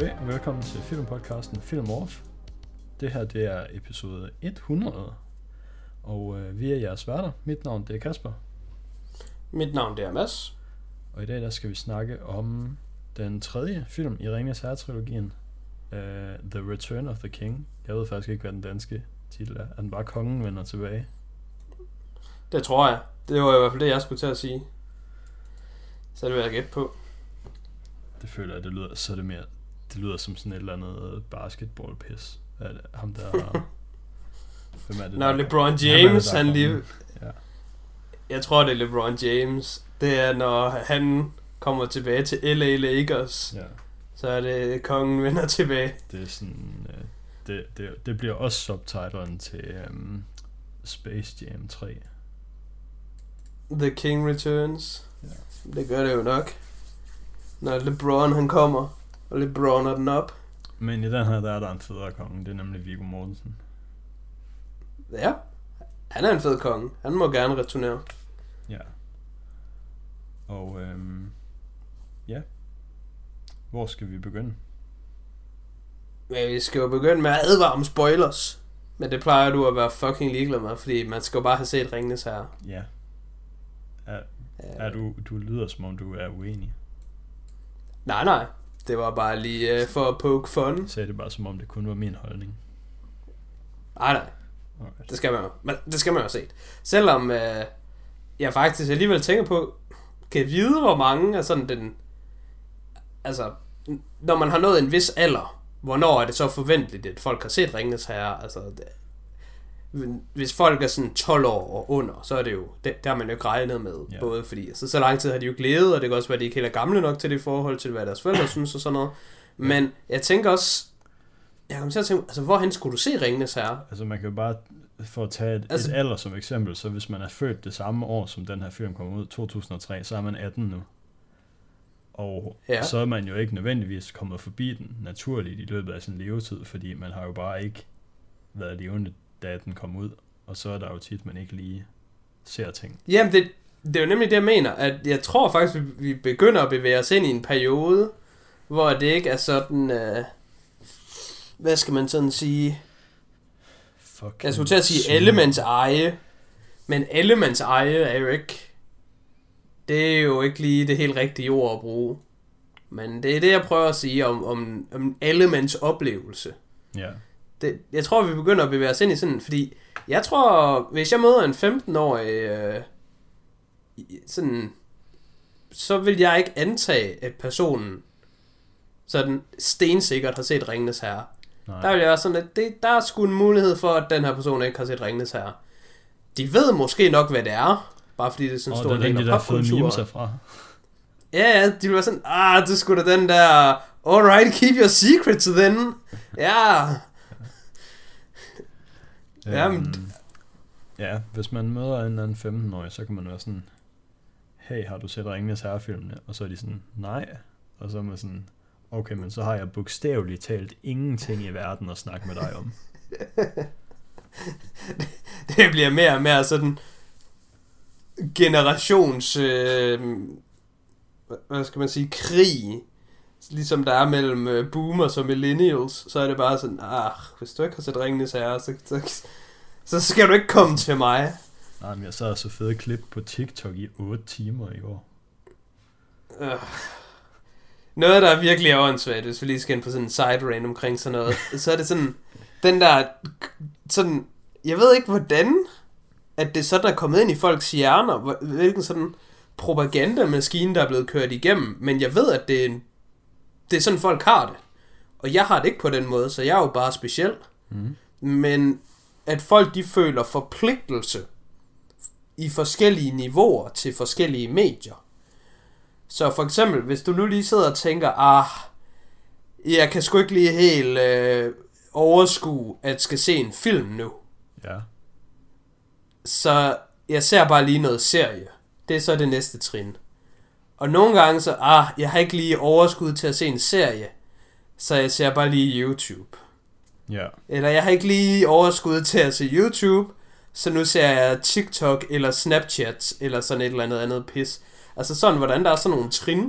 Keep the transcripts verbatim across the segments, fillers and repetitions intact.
Goddag og velkommen til filmpodcasten Film Off. Det her det er episode hundrede, og øh, vi er jeres værter. Mit navn det er Kasper. Mit navn det er Mads. Og i dag der skal vi snakke om den tredje film i Ringenes Herre-trilogien, uh, The Return of the King. Jeg ved faktisk ikke, hvad den danske titel er. Er den bare Kongen vender tilbage? Det tror jeg. Det var i hvert fald det, jeg skulle til at sige. Så det vil jeg gætte på. Det føler jeg, det lyder, så er det mere, det lyder som sådan et eller andet basketball-pis. Er det ham der... Hvem er det? Når der LeBron der, James, der han lige... Ja. Jeg tror, det er LeBron James. Det er, når han kommer tilbage til L A Lakers. Ja. Så er det kongen vender tilbage. Det er sådan... Øh, det, det, det bliver også subtitlen til um, Space Jam tre. The King Returns. Ja. Det gør det jo nok. Når LeBron han kommer, og LeBron er den op. Men i den her, der er der en federe konge. Det er nemlig Viggo Mortensen. Ja, han er en fed konge. Han må gerne returnere. Ja. Og øhm, ja. Hvor skal vi begynde? Men vi skal jo begynde med at advare om spoilers. Men det plejer du at være fucking ligeglad med, fordi man skal jo bare have set Ringenes Herre. Ja. Er, er du, du lyder som om du er uenig. Nej, nej. Det var bare lige uh, for at poke fun. Jeg sagde det bare som om det kun var min holdning. Nej, nej. Alright. Det skal man jo. Men det skal man jo have set. Selvom uh, jeg faktisk alligevel tænker på, kan vide, hvor mange af sådan den... Altså, når man har nået en vis alder, hvornår er det så forventeligt, at folk har set Ringenes Herre? Altså, det, hvis folk er sådan tolv år og under, så er det jo, det, der har man jo ikke regnet med, ja. Både fordi altså, så lang tid har de jo glædet, og det kan også være, at de ikke helt er gamle nok til det i forhold til, hvad deres forældre synes og sådan noget. Men ja. Jeg tænker også, jeg kommer til at tænke, altså hvorhen skulle du se Ringenes Herre? Altså man kan jo bare, for at tage et, altså, et alder som eksempel, så hvis man er født det samme år, som den her film kommer ud, to tusind og tre, så er man atten nu. Og ja. Så er man jo ikke nødvendigvis kommet forbi den naturligt i løbet af sin levetid, fordi man har jo bare ikke været levende, da den kom ud. Og så er der jo tit, man ikke lige ser ting. Jamen, det, det er jo nemlig det, jeg mener. At jeg tror faktisk, vi, vi begynder at bevæge os ind i en periode, hvor det ikke er sådan... Øh, hvad skal man sådan sige? Fucking jeg skulle til at sige allemands eje. Men allemands eje er jo ikke... Det er jo ikke lige det helt rigtige ord at bruge. Men det er det, jeg prøver at sige om, om, om allemands oplevelse. Ja. Det, jeg tror, vi begynder at bevæge os ind i sådan, fordi jeg tror, hvis jeg møder en femten-årig, øh, sådan, så vil jeg ikke antage, at personen sådan stensikkert har set Ringenes Herre. Nej. Der vil jeg være sådan, at det, der er sgu en mulighed for, at den her person ikke har set Ringenes Herre. De ved måske nok, hvad det er, bare fordi det er sådan en stor del af popkultur. Fra. Ja, ja, de vil være sådan, ah, det skulle da den der, alright, keep your secrets then. Ja. Øhm, ja, hvis man møder en eller anden femten-årig, så kan man være sådan, hey, har du set Ringenes Herre-filmene? Og så er de sådan, nej. Og så er man sådan, okay, men så har jeg bogstaveligt talt ingenting i verden at snakke med dig om. Det bliver mere og mere sådan generations, øh, hvad skal man sige, krig. Ligesom der er mellem øh, boomers og millennials, så er det bare sådan, ah, hvis du ikke har set Ringenes Herre, så, så, så skal du ikke komme til mig. Nej, men jeg sad så fede klip på TikTok i otte timer i går. Øh. Noget, der er virkelig åndssvagt, hvis vi lige skal ind på sådan en side-rant omkring sådan noget, så er det sådan, den der, sådan, jeg ved ikke hvordan, at det sådan er kommet ind i folks hjerner, hvilken sådan propagandamaskine, der er blevet kørt igennem, men jeg ved, at det er en det er sådan, folk har det. Og jeg har det ikke på den måde, så jeg er jo bare speciel. Mm. Men at folk, de føler forpligtelse i forskellige niveauer til forskellige medier. Så for eksempel, hvis du nu lige sidder og tænker, ah, jeg kan sgu ikke lige helt øh, overskue, at skal se en film nu. Ja. Så jeg ser bare lige noget serie. Det er så det næste trin. Og nogle gange så, ah, jeg har ikke lige overskud til at se en serie, så jeg ser bare lige YouTube. Ja. Eller jeg har ikke lige overskud til at se YouTube, så nu ser jeg TikTok eller Snapchat eller sådan et eller andet andet pis. Altså sådan, hvordan der er sådan nogle trin.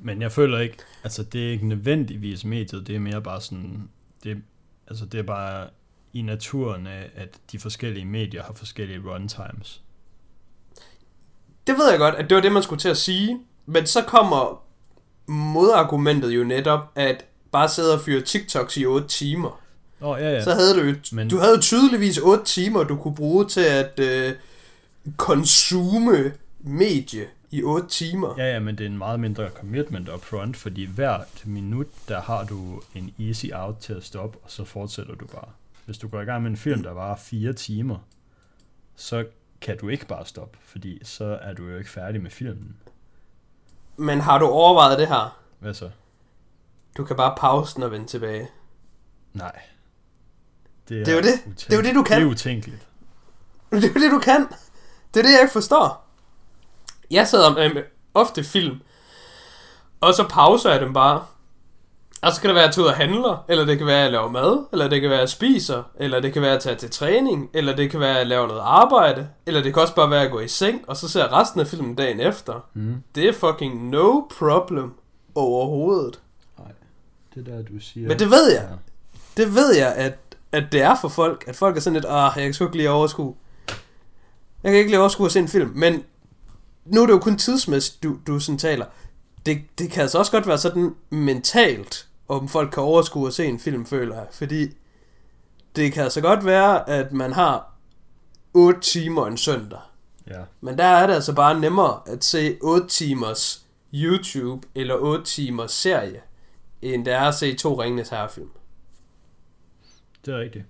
Men jeg føler ikke, altså det er ikke nødvendigvis mediet, det er mere bare sådan, det, altså det er bare i naturen af, at de forskellige medier har forskellige runtimes. Det ved jeg godt, at det var det, man skulle til at sige, men så kommer modargumentet jo netop, at bare sidde og fyre TikToks i otte timer. Oh, ja, ja. Så havde du jo, men... du havde jo tydeligvis otte timer, du kunne bruge til at øh, konsume medie i otte timer. Ja, ja, men det er en meget mindre commitment upfront, fordi hvert minut, der har du en easy out til at stoppe, og så fortsætter du bare. Hvis du går i gang med en film, der varer fire timer, så kan du ikke bare stoppe, fordi så er du jo ikke færdig med filmen. Men har du overvejet det her? Hvad så? Du kan bare pause den og vende tilbage. Nej. Det er, det er jo det. Det er jo det, du kan. Det er utænkeligt. Det er jo det, du kan. Det er det, jeg ikke forstår. Jeg sidder med ofte film, og så pauser jeg dem bare. Og så kan det være, at jeg tager ud og handler, eller det kan være, at jeg laver mad, eller det kan være, at jeg spiser, eller det kan være, at tage til træning, eller det kan være, at jeg laver noget arbejde, eller det kan også bare være, at jeg går i seng, og så ser jeg resten af filmen dagen efter. Mm. Det er fucking no problem overhovedet. Nej, det der, du siger... Men det ved jeg. Ja. Det ved jeg, at, at det er for folk, at folk er sådan lidt, ah, jeg kan sgu ikke lige overskue. Jeg kan ikke lige overskue at se en film, men nu er det jo kun tidsmæssigt, du, du sådan taler. Det, det kan altså også godt være sådan mentalt, om folk kan overskue at se en film, føler jeg. Fordi det kan altså godt være, at man har otte timer en søndag. Ja. Men der er det altså bare nemmere at se otte timers YouTube eller otte timers serie, end det er at se to Ringenes Herre-film. Det er rigtigt.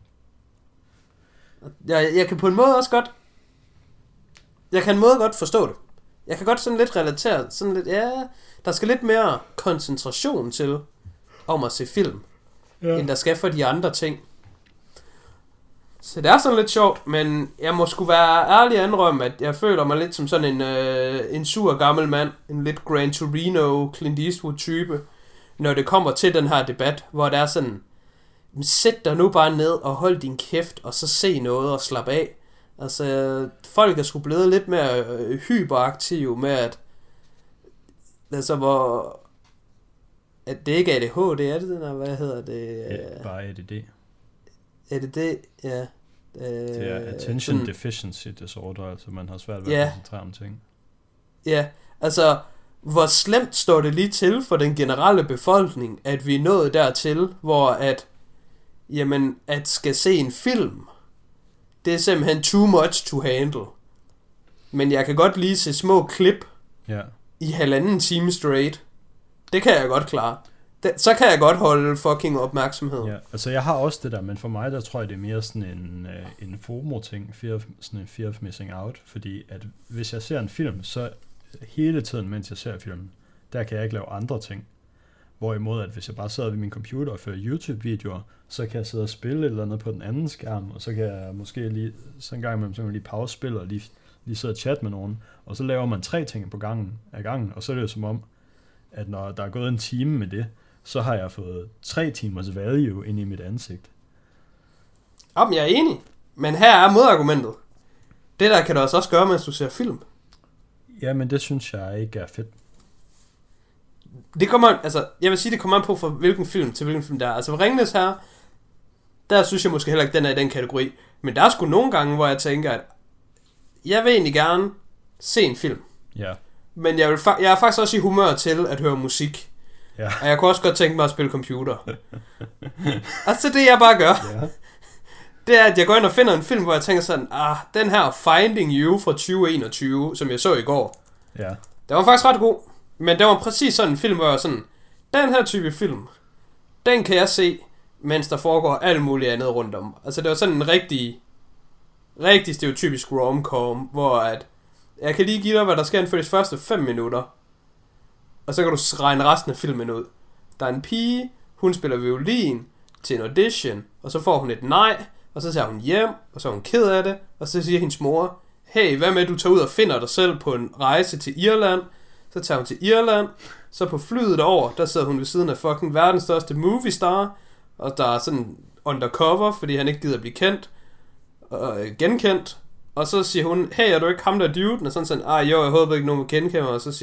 Jeg, jeg kan på en måde også godt... Jeg kan en måde godt forstå det. Jeg kan godt sådan lidt relatere, sådan lidt, ja, der skal lidt mere koncentration til om at se film, ja, end der skal for de andre ting. Så det er sådan lidt sjovt, men jeg må sgu være ærlig anrømme, at jeg føler mig lidt som sådan en, øh, en sur gammel mand, en lidt Gran Torino, Clint Eastwood type, når det kommer til den her debat, hvor det er sådan, sæt dig nu bare ned og hold din kæft, og så se noget og slap af. Altså, folk er sgu blevet lidt mere øh, hyperaktive med, at altså, hvor at det ikke er A D H D, er det den her, hvad hedder det? Ja, bare A D D. A D D, ja. Øh, det er Attention sådan, Deficiency Disorder, altså man har svært ved ja, at koncentrere om ting. Ja, altså, hvor slemt står det lige til for den generelle befolkning, at vi er nået dertil, hvor at, jamen, at skal se en film, det er simpelthen too much to handle. Men jeg kan godt lige se små klip, ja, i halvanden time straight. Det kan jeg godt klare. Det, så kan jeg godt holde fucking opmærksomhed. Ja, altså jeg har også det der, men for mig der tror jeg det er mere sådan en, uh, en FOMO-ting, fear of, sådan en fear of missing out, fordi at hvis jeg ser en film, så hele tiden, mens jeg ser filmen, der kan jeg ikke lave andre ting. Hvorimod, at hvis jeg bare sidder ved min computer og fører YouTube-videoer, så kan jeg sidde og spille et eller andet på den anden skærm, og så kan jeg måske lige, så en gang imellem, så kan jeg lige pause spil og lige, lige sidde og chatte med nogen, og så laver man tre ting på gangen, af gangen, og så er det jo som om, at når der er gået en time med det, så har jeg fået tre timers value ind i mit ansigt. Jamen, jeg er enig, men her er modargumentet. Det der kan du også gøre, mens du ser film. Ja, men det synes jeg ikke er fedt. Det kommer, altså, jeg vil sige, det kommer an på, for hvilken film til hvilken film der er. Altså, for Ringenes Herre, der synes jeg måske heller ikke, den er i den kategori. Men der er sgu nogle gange, hvor jeg tænker, at jeg vil egentlig gerne se en film. Ja. Men jeg, vil fa- jeg er faktisk også i humør til at høre musik. Ja. Og jeg kunne også godt tænke mig at spille computer. Altså, det jeg bare gør, ja, det er, at jeg går ind og finder en film, hvor jeg tænker sådan, ah, den her Finding You fra tyve enogtyve, som jeg så i går, ja, den var faktisk ret god. Men det var præcis sådan en film, hvor jeg sådan, den her type film, den kan jeg se, mens der foregår alt muligt andet rundt om. Altså det var sådan en rigtig, rigtig stereotypisk rom-com, hvor at, jeg kan lige give dig, hvad der sker for de første fem minutter, og så kan du regne resten af filmen ud. Der er en pige, hun spiller violin til en audition, og så får hun et nej, og så tager hun hjem, og så er hun ked af det, og så siger hendes mor, hey, hvad med at du tager ud og finder dig selv på en rejse til Irland? Så tager hun til Irland, så på flyet derover, der sidder hun ved siden af fucking verdens største movie star, og der er sådan undercover, fordi han ikke gider at blive kendt, og øh, genkendt, og så siger hun, hey, er du ikke ham der duden? Og sådan sådan, ah jo, jeg håber ikke nogen vil genkende mig, og så siger jeg,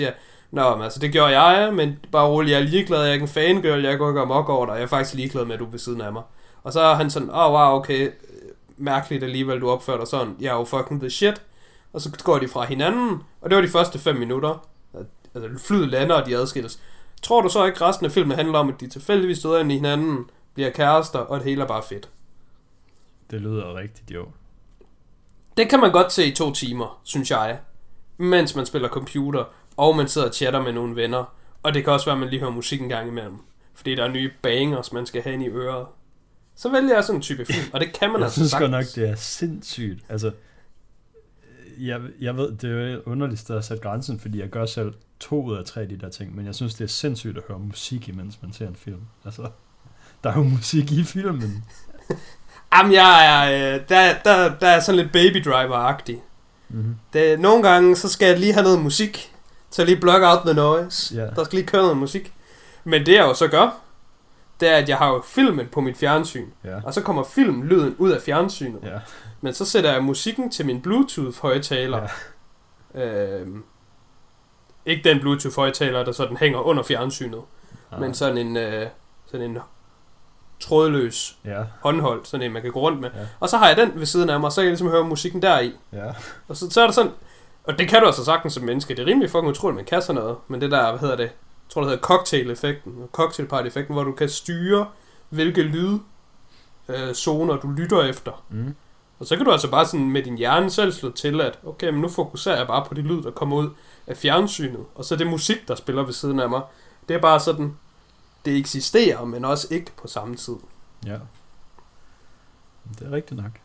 Nå, men altså, det gjorde jeg, men bare roligt, jeg er ligeglad, jeg er ikke en fangirl, jeg går ikke amok over dig, jeg er faktisk ligeglad med, at du er ved siden af mig. Og så er han sådan, åh, oh, wow, okay, mærkeligt alligevel, du opfører dig sådan, jeg er jo fucking the shit. Og så går de fra hinanden, og det var de første fem minutter. Altså, flyet lander, og de adskilles. Tror du så ikke, resten af filmen handler om, at de tilfældigvis støder ind i hinanden, bliver kærester, og det hele er bare fedt? Det lyder rigtigt, jo. Det kan man godt se i to timer, synes jeg. Mens man spiller computer, og man sidder og chatter med nogle venner. Og det kan også være, at man lige hører musik en gang imellem. Fordi der er nye bangers, man skal have ind i øret. Så vælger jeg sådan en type film, og det kan man jeg altså synes sagtens. godt nok, det er sindssygt. Altså, jeg, jeg ved, det er jo et underligt sted at sætte grænsen, fordi jeg gør selv to ud af tre af de der ting, men jeg synes, det er sindssygt at høre musik, imens man ser en film. Altså, der er jo musik i filmen. Jamen, jeg er, der, der, der er sådan lidt Baby Driver-agtig. Mm-hmm. Det, nogle gange, så skal jeg lige have noget musik, til lige block out the noise. Yeah. Der skal lige køre noget musik. Men det jeg jo så gør, det er, at jeg har jo filmen på mit fjernsyn. Yeah. Og så kommer filmlyden ud af fjernsynet. Yeah. Men så sætter jeg musikken til min Bluetooth-højtaler. Yeah. Øhm, ikke den Bluetooth-højtaler, der sådan hænger under fjernsynet. Ah. Men sådan en, øh, sådan en trådløs yeah. håndhold, sådan en man kan gå rundt med. Yeah. Og så har jeg den ved siden af mig, så kan jeg ligesom høre musikken deri. Yeah. Og så, så er der sådan, og det kan du altså sagtens som menneske, det er rimelig fucking utroligt, man kan sådan noget. Men det der, hvad hedder det, jeg tror det hedder cocktail-effekten, cocktail-party-effekten, hvor du kan styre, hvilke lyd øh, zoner du lytter efter. Mm. Og så kan du altså bare sådan med din hjerne selv slå til, at okay, men nu fokuserer jeg bare på de lyd, der kommer ud af fjernsynet. Og så det musik, der spiller ved siden af mig. Det er bare sådan, det eksisterer, men også ikke på samme tid. Ja. Det er rigtigt nok.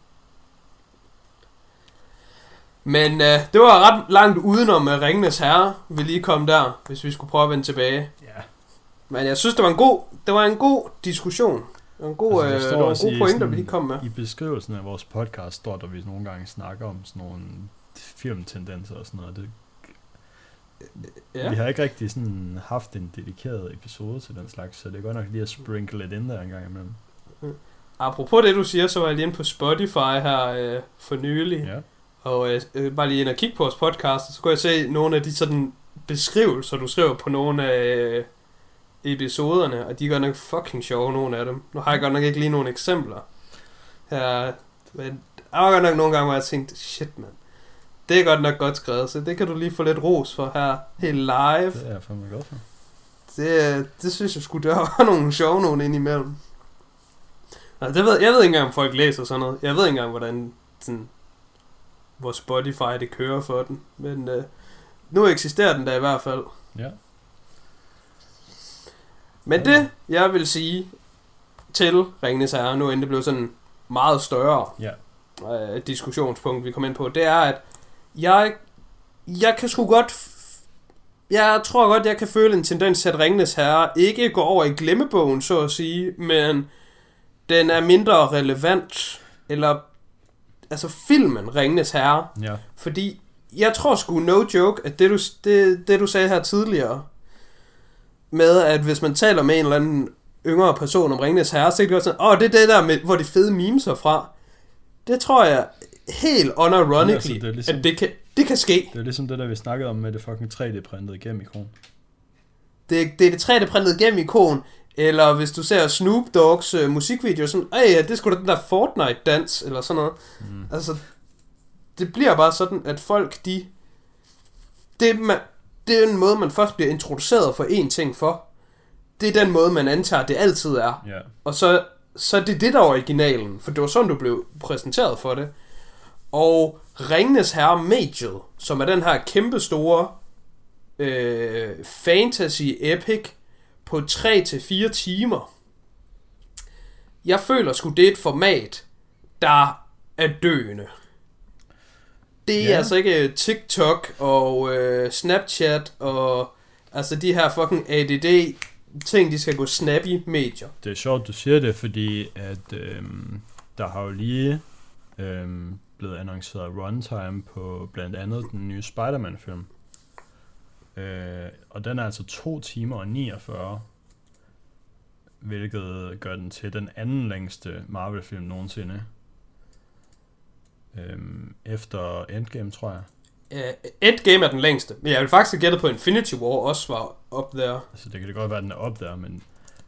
Men øh, det var ret langt udenom uh, Ringenes Herre, vi lige kom der, hvis vi skulle prøve at vende tilbage. Ja. Men jeg synes, det var en god, det var en god diskussion. Det var en god, altså, øh, det var en god pointe, vi lige kom med. I beskrivelsen af vores podcast står der, vi nogle gange snakker om sådan nogle filmtendenser og sådan noget. Det, ja. Vi har ikke rigtig sådan haft en dedikeret episode til den slags, så det er godt nok lige at sprinkle lidt ind der en gang imellem. Mm. Apropos det, du siger, så var jeg lige inde på Spotify her øh, for nylig. Ja. Og øh, bare lige ind og kigge på vores podcast, og så kunne jeg se nogle af de sådan beskrivelser, du skriver på nogle af øh, episoderne, og de er godt nok fucking sjove, nogle af dem. Nu har jeg godt nok ikke lige nogle eksempler her, men der var godt nok nogle gange, hvor jeg tænkte, shit man, det er godt nok godt skrevet, så det kan du lige få lidt ros for her, helt live. Det er jeg fandme godt for. Det, det synes jeg skulle, der var nogle sjove nogen indimellem. Altså, det ved, jeg ved ikke engang, om folk læser sådan noget. Jeg ved ikke engang, hvordan sådan, hvor Spotify det kører for den. Men øh, nu eksisterer den da i hvert fald. Ja. Men det, jeg vil sige til Ringenes Herre, nu end det blev sådan meget større ja. øh, diskussionspunkt, vi kom ind på, det er, at jeg, jeg kan sgu godt, jeg tror godt, jeg kan føle en tendens til, at Ringenes Herre ikke går over i glemmebogen, så at sige, men den er mindre relevant, eller altså filmen Ringenes Herre, ja. Fordi jeg tror sgu, no joke, at det du, det, det du sagde her tidligere, med at hvis man taler med en eller anden yngre person om Ringenes Herre, så kan det godt sådan, åh, det er det der, med, hvor de fede memes er fra. Det tror jeg helt unironically, ja, altså, det ligesom, at det kan, det kan ske. Det er ligesom det der, vi snakkede om med det fucking tre D-printede gem-ikon. Det, det er det tre D-printede gem-ikon, eller hvis du ser Snoop Dogs øh, musikvideo, sådan, ej, det er sgu da den der Fortnite-dans, eller sådan noget. Mm. Altså, det bliver bare sådan, at folk, de... Det, man, det er en måde, man først bliver introduceret for én ting for. Det er den måde, man antager, det altid er. Yeah. Og så, så er det det, der er originalen, for det var sådan, du blev præsenteret for det. Og Ringenes Herre Magic, som er den her kæmpe store øh, fantasy-epic, på tre til fire timer. Jeg føler sgu, det er et format, der er døende. Det er yeah. altså ikke TikTok og øh, Snapchat og altså de her fucking A D D ting, de skal gå snappy medier. Det er sjovt, du siger det, fordi at øh, der har jo lige øh, blevet annonceret runtime på blandt andet den nye Spider-Man-film. Øh, og den er altså to timer og niogfyrre, hvilket gør den til den anden længste Marvel-film nogensinde. Øhm, efter Endgame, tror jeg. Uh, Endgame er den længste, men jeg vil faktisk gætte på Infinity War også var up there. Altså det kan det godt være, at den er up there, men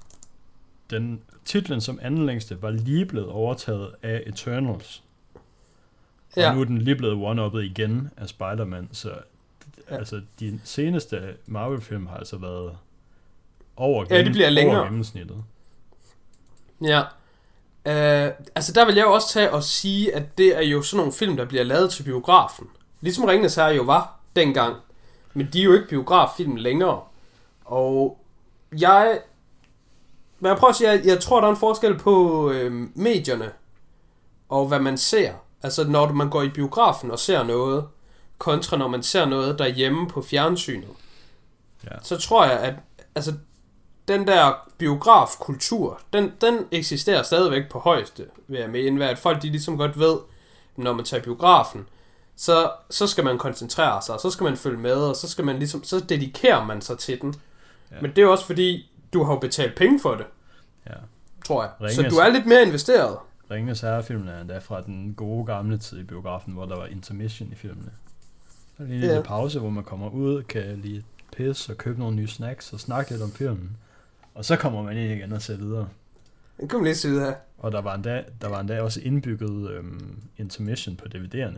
den titlen som anden længste var lige blevet overtaget af Eternals. Og ja. Nu er den lige blevet one-uppet igen af Spider-Man, så ja. altså de seneste Marvel-film har altså været over, ja, de bliver længere. Over gennemsnittet. Ja. Uh, altså der vil jeg jo også tage og sige, at det er jo sådan nogle film, der bliver lavet til biografen. Ligesom Ringenes Herre jo var dengang. Men de er jo ikke biograffilm længere. Og jeg... Men jeg prøver at sige, jeg, jeg tror, der er en forskel på øh, medierne og hvad man ser. Altså når man går i biografen og ser noget, kontra når man ser noget derhjemme på fjernsynet. Ja. Så tror jeg, at altså, den der biografkultur, den, den eksisterer stadigvæk på højeste, vil jeg mene. At folk de ligesom godt ved, når man tager biografen, så, så skal man koncentrere sig, så skal man følge med, og så skal man ligesom, så dedikerer man sig til den. Ja. Men det er også fordi, du har betalt penge for det. Ja. Tror jeg. Ringes, så du er lidt mere investeret. Ringenes Herre-filmen er endda fra den gode gamle tid i biografen, hvor der var intermission i filmene. Der er lige en lille ja. pause, hvor man kommer ud, kan lige pisse og købe nogle nye snacks og snakke lidt om filmen. Og så kommer man ind igen og ser videre. Den kommer lige sidde her. Og der var endda, der var endda også indbygget øhm, intermission på D V D'erne.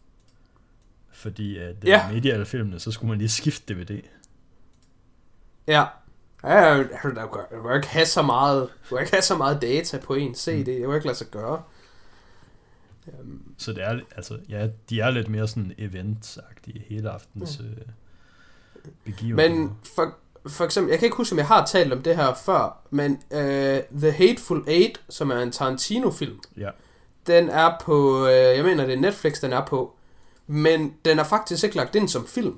Fordi at ja. midt i alle filmene, så skulle man lige skifte D V D. Ja. Ja, du kan ikke have så meget, du kan ikke have så meget data på en C D. Mm. Det kan ikke lade sig gøre. Um. Så det er, altså, ja, de er lidt mere sådan event-agtige hele aftens mm. øh, begivenheder. Men for, for eksempel, jeg kan ikke huske, om jeg har talt om det her før, men uh, The Hateful Eight, som er en Tarantino-film, ja. den er på, uh, jeg mener det er Netflix, den er på, men den er faktisk ikke lagt ind som film.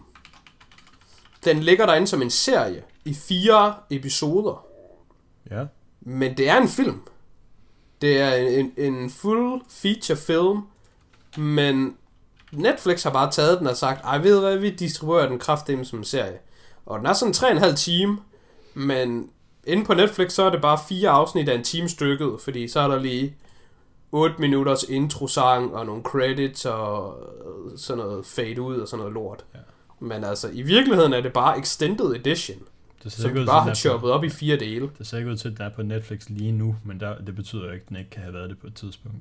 Den ligger derinde som en serie i fire episoder. Ja. Men det er en film. Det er en, en full feature film, men Netflix har bare taget den og sagt, ej, ved du hvad, vi distribuerer den kraftedeme som en serie. Og den er sådan tre og en halv time, men inde på Netflix, så er det bare fire afsnit af en time stykket, fordi så er der lige otte minutters introsang og nogle credits og sådan noget fade ud og sådan noget lort. Ja. Men altså, i virkeligheden er det bare extended edition, som vi bare har choppet op i fire dele. Det ser ikke ud til, at den er på Netflix lige nu, men der, det betyder jo ikke, at den ikke kan have været det på et tidspunkt.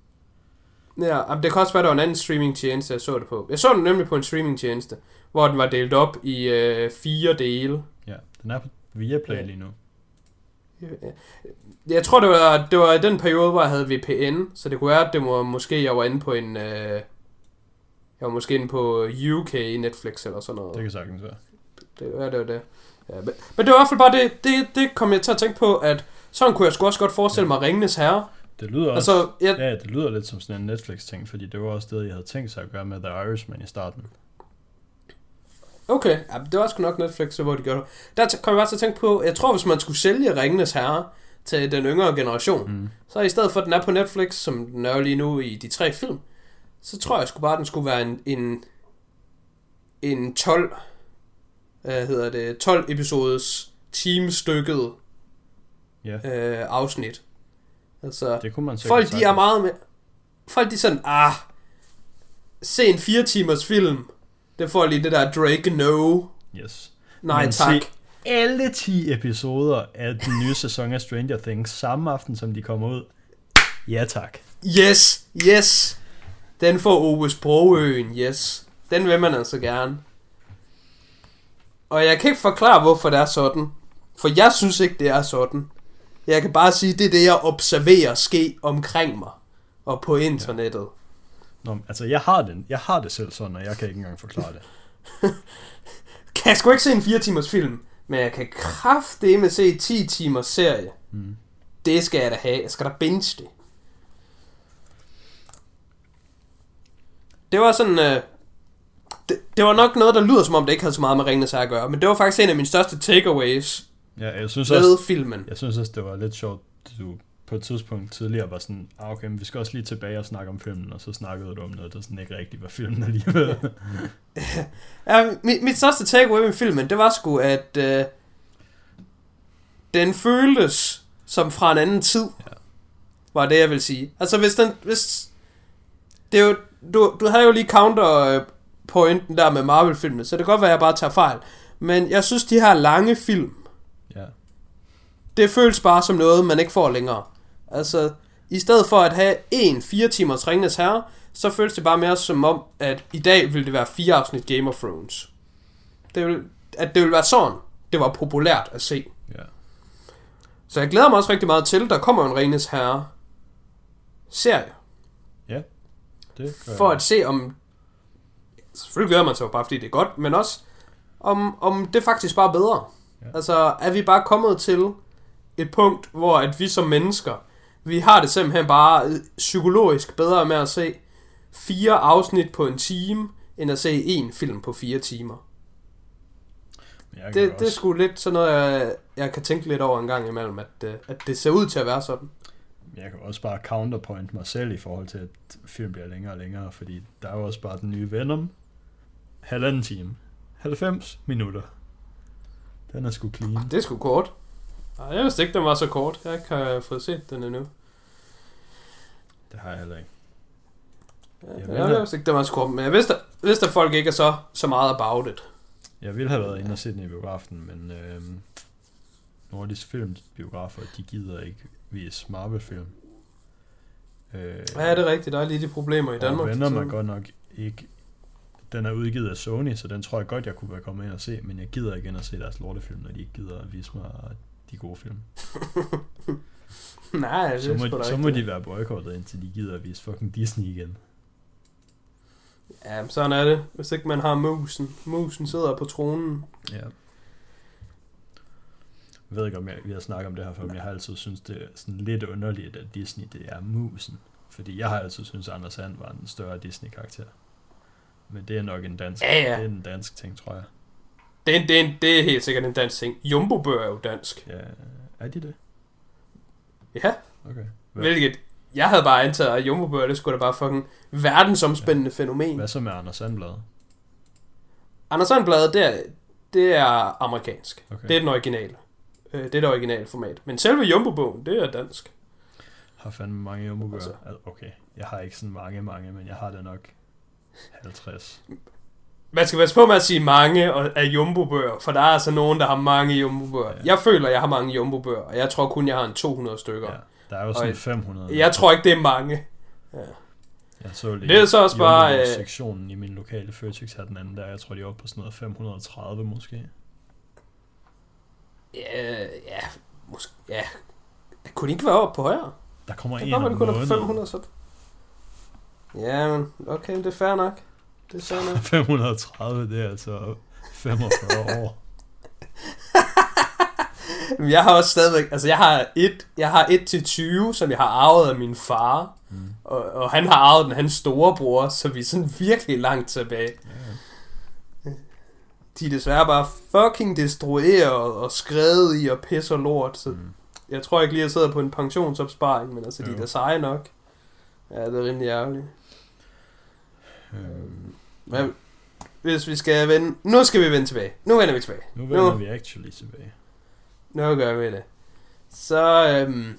Ja, det kan også være, der var en anden streamingtjeneste, jeg så det på. Jeg så den nemlig på en streamingtjeneste, hvor den var delt op i øh, fire dele. Ja, den er på Viaplay ja. lige nu. Jeg tror, det var, det var i den periode, hvor jeg havde V P N, så det kunne være, at det var måske, jeg var inde på en... Øh, jeg var måske inde på U K Netflix eller sådan noget. Det kan sagtens være. Det var det, var det. Ja, men, men det var i hvert fald bare det, det, det kom jeg til at tænke på, at sådan kunne jeg sgu også godt forestille mig Ringenes Herre. Det lyder også, altså, jeg, ja, det lyder lidt som sådan en Netflix-ting, fordi det var også det, jeg havde tænkt sig at gøre med The Irishman i starten. Okay, ja, det var sgu nok Netflix, hvor de gjorde det. Der kom jeg bare til at tænke på, jeg tror, hvis man skulle sælge Ringenes Herre til den yngre generation, mm. så i stedet for, at den er på Netflix, som den er jo lige nu i de tre film, så tror jeg sgu bare, at den skulle være en, en, en tolv, hvad hedder det, tolv episodes teamstykket yeah. øh, afsnit. Altså, det kunne man folk de er meget med, folk de er sådan, ah, se en fire timers film, det får lige det der Drake no. Yes. Nej, men tak. Alle ti episoder af den nye sæson af Stranger Things samme aften, som de kommer ud. Ja, tak. Yes, yes. Den får Ove Sprogøen, yes. Den vil man altså gerne. Og jeg kan ikke forklare, hvorfor det er sådan. For jeg synes ikke, det er sådan. Jeg kan bare sige, det er det, jeg observerer ske omkring mig. Og på internettet. Ja. Nå, altså, jeg har, det, jeg har det selv sådan, og jeg kan ikke engang forklare det. Kan jeg sgu ikke se en fire timers film, men jeg kan kraftedeme se ti timers serie. Mm. Det skal jeg da have. Jeg skal da binge det. Det var sådan... Øh, det, det var nok noget, der lyder som om, det ikke havde så meget med Ringenes Herre at gøre, men det var faktisk en af mine største takeaways ja, jeg synes også, med filmen. Jeg synes også, det var lidt sjovt, du på et tidspunkt tidligere var sådan, ah, okay, men vi skal også lige tilbage og snakke om filmen, og så snakkede du om noget, der sådan ikke rigtig var filmen alligevel. Ja, mit, mit største takeaway med filmen, det var sgu, at øh, den føltes som fra en anden tid, ja. Var det, jeg vil sige. Altså, hvis den, hvis, det er jo, du, du havde jo lige counter pointen der med Marvel-filmene, så det kan godt være, at jeg bare tager fejl. Men jeg synes, de her lange film, ja. det føles bare som noget, man ikke får længere. Altså, i stedet for at have en fire timers Ringenes Herre, så føles det bare mere som om, at i dag ville det være fire afsnit Game of Thrones. Det vil, at det ville være sådan, det var populært at se. Ja. Så jeg glæder mig også rigtig meget til, der kommer en Ringenes Herre serie. Ja, det gør For at se om, selvfølgelig glæder man sig bare fordi det er godt, men også om, om det faktisk bare er bedre. Ja. Altså er vi bare kommet til et punkt, hvor at vi som mennesker, vi har det simpelthen bare psykologisk bedre med at se fire afsnit på en time, end at se en film på fire timer. Det, også... det er sgu lidt sådan noget, jeg, jeg kan tænke lidt over en gang imellem, at, at det ser ud til at være sådan. Jeg kan også bare counterpoint mig selv i forhold til, at film bliver længere og længere, fordi der er jo også bare den nye Venom. Halvanden time. halvfems minutter. Den er sgu clean. Det er sgu kort. Ej, jeg vidste ikke, den var så kort. Jeg har ikke fået set den endnu. Det har jeg heller ikke. Ja, jeg, jeg vidste ikke, den var så kort, men jeg vidste, vidste, at folk ikke er så, så meget about it. Jeg ville have været inde og set den i biografen, men øh, Nordisk Filmbiografer, de gider ikke vise Marvel-film. Øh, ja, det er rigtigt. Der er lige de problemer i Danmark. Og Venom er godt nok ikke... Den er udgivet af Sony, så den tror jeg godt, jeg kunne være kommet ind og se, men jeg gider ikke ind og se deres lortefilm, når de ikke gider at vise mig de gode film. Nej, det så må, er sgu så må de være boykottet, indtil de gider at vise fucking Disney igen. Ja, sådan er det. Hvis ikke man har musen. Musen sidder på tronen. Ja. Jeg ved ikke, om jeg, vi har snakket om det her før, men jeg har altid synes det er sådan lidt underligt, at Disney, det er musen. Fordi jeg har altid synes at Anders And var en større Disney-karakter. Men det er nok en dansk, ja, ja. Det er en dansk ting, tror jeg. Det er, det, er en, det er helt sikkert en dansk ting. Jumbo-bøger er jo dansk. Ja, er de det? Ja. Okay. Hvad? Hvilket, jeg havde bare antaget, at Jumbo-bøger, det skulle da bare fucking verdensomspændende ja. fænomen. Hvad så med Anders And-bladet? Anders And-bladet, det er, det er amerikansk. Okay. Det er den originale. Det er det originale format. Men selve Jumbo-bogen, det er dansk. Har fandme mange Jumbo-bøger. Altså. Okay, jeg har ikke sådan mange, mange, men jeg har det nok halvtreds. Man skal passe på med at sige mange af Jumbo-bøger, for der er altså nogen, der har mange Jumbo-bøger. Ja. Jeg føler, jeg har mange Jumbo-bøger, og jeg tror kun, jeg har en to hundrede stykker. Ja, der er jo sådan fem hundrede. Jeg tror ikke, det er mange. Ja. Jeg så lige det er så også bare sektionen i min lokale Føtex her den anden der. Jeg tror, de er oppe på sådan noget fem hundrede og tredive måske. Ja, ja, måske, ja. Kunne de ikke være oppe på højere? Der kommer der en om måneden. fem hundrede, så... Ja, men okay, det er fair nok. Det er fair nok. fem hundrede og tredive, det er altså femogfyrre år. Jeg har også stadigvæk, altså jeg har et, jeg har et til tyve, som jeg har arvet af min far, mm. og, og han har arvet den, hans storebror, så vi er sådan virkelig langt tilbage. Ja. De er desværre bare fucking destrueret og skrevet i og pisser lort, så mm. jeg tror ikke lige, jeg sidder på en pensionsopsparing, men altså jo. De er da seje nok. Ja, det er rimelig ærgerligt. Um, men hvis vi skal vende, nu skal vi vende tilbage. Nu vender vi tilbage. Nu vender nu. vi actually tilbage. Nu gør vi det. Så, øhm,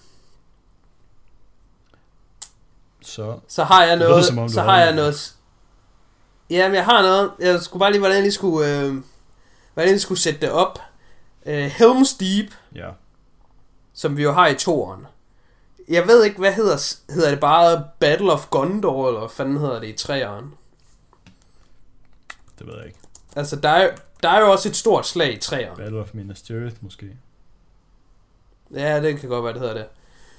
så, så har jeg noget, som om, så har jeg noget, jamen jeg har noget, jeg skulle bare lige, hvordan jeg lige skulle, øh, hvordan jeg lige skulle sætte det op. Øh, Helm's Deep, ja. Som vi jo har i toeren. Jeg ved ikke, hvad hedder, hedder det bare Battle of Gondor, eller hvad fanden hedder det i treeren? Det ved jeg ikke. Altså, der er, der er jo også et stort slag i treeren. Battle of Minas Tirith, måske. Ja, det kan godt være, det hedder det.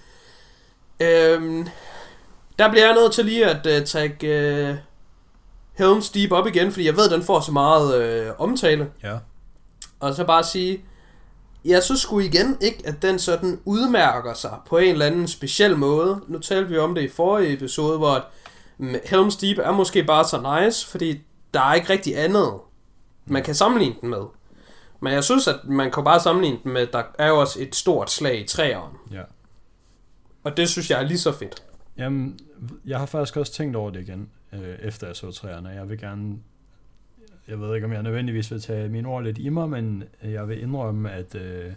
Øhm, der bliver jeg nødt til lige at uh, trække uh, Helm's Deep op igen, fordi jeg ved, den får så meget uh, omtale. Ja. Og så bare sige, jeg synes sgu igen ikke, at den sådan udmærker sig på en eller anden speciel måde. Nu talte vi om det i forrige episode, hvor um, Helm's Deep er måske bare så nice, fordi der er ikke rigtig andet, man kan sammenligne den med. Men jeg synes, at man kan bare sammenligne den med, at der er jo også et stort slag i træeren. Ja. Og det synes jeg er lige så fedt. Jamen, jeg har faktisk også tænkt over det igen, øh, efter jeg så træerne. Jeg vil gerne, jeg ved ikke, om jeg nødvendigvis vil tage mine ord lidt i mig, men jeg vil indrømme, at øh,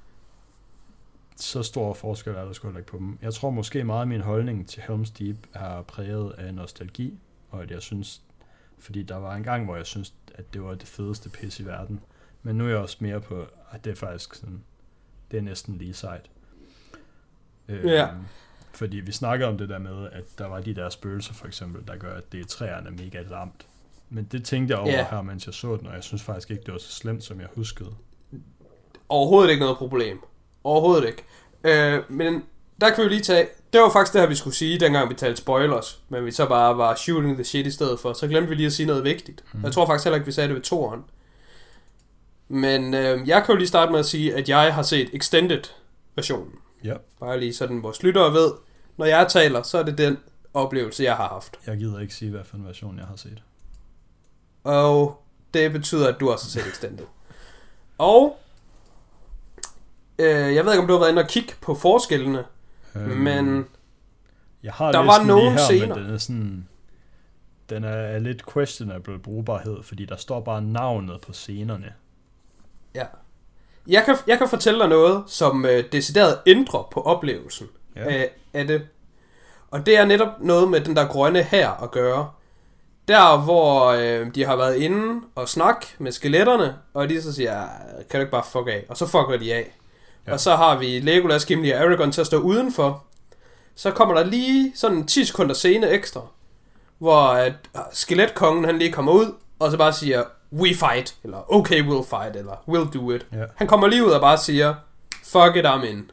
så stor forskel er der sgu ikke på dem. Jeg tror måske meget, at min holdning til Helm's Deep er præget af nostalgi, og at jeg synes, Fordi der var en gang, hvor jeg synes, at det var det fedeste pis i verden. Men nu er jeg også mere på, at det er faktisk sådan, det er næsten lige sejt. Øh, ja. Fordi vi snakkede om det der med, at der var de der spøgelser for eksempel, der gør, at det er træerne mega lamt. Men det tænkte jeg over yeah. her, mens jeg så den, og jeg synes faktisk ikke, det var så slemt, som jeg huskede. Overhovedet ikke noget problem. Overhovedet ikke. Øh, men der kan vi lige tage, det var faktisk det her, vi skulle sige, dengang vi talte spoilers, men vi så bare var shooting the shit i stedet for, så glemte vi lige at sige noget vigtigt. Mm. Jeg tror faktisk heller ikke, vi sagde det ved toeren. Men øh, jeg kan jo lige starte med at sige, at jeg har set extended-versionen. Ja. Bare lige sådan, vores lyttere ved, når jeg taler, så er det den oplevelse, jeg har haft. Jeg gider ikke sige, hvad for en version jeg har set. Og det betyder, at du også har set extended. Og øh, jeg ved ikke, om du har været inde og kigge på forskellene, øhm, men jeg har der var nogle her, scener. Men den er sådan, den er lidt questionable brugbarhed, fordi der står bare navnet på scenerne. Ja. Jeg kan, jeg kan fortælle dig noget, som øh, decideret ændrer på oplevelsen ja. af, af det. Og det er netop noget med den der grønne her at gøre. Der, hvor øh, de har været inde og snakke med skeletterne, og de så siger, kan du ikke bare fuck af? Og så fucker de af. Ja. Og så har vi Legolas, Gimli og Aragorn til at stå udenfor. Så kommer der lige sådan ti sekunder scene ekstra, hvor at skeletkongen han lige kommer ud, og så bare siger, we fight, eller okay, we'll fight, eller we'll do it. Ja. Han kommer lige ud og bare siger, fuck it, I'm in.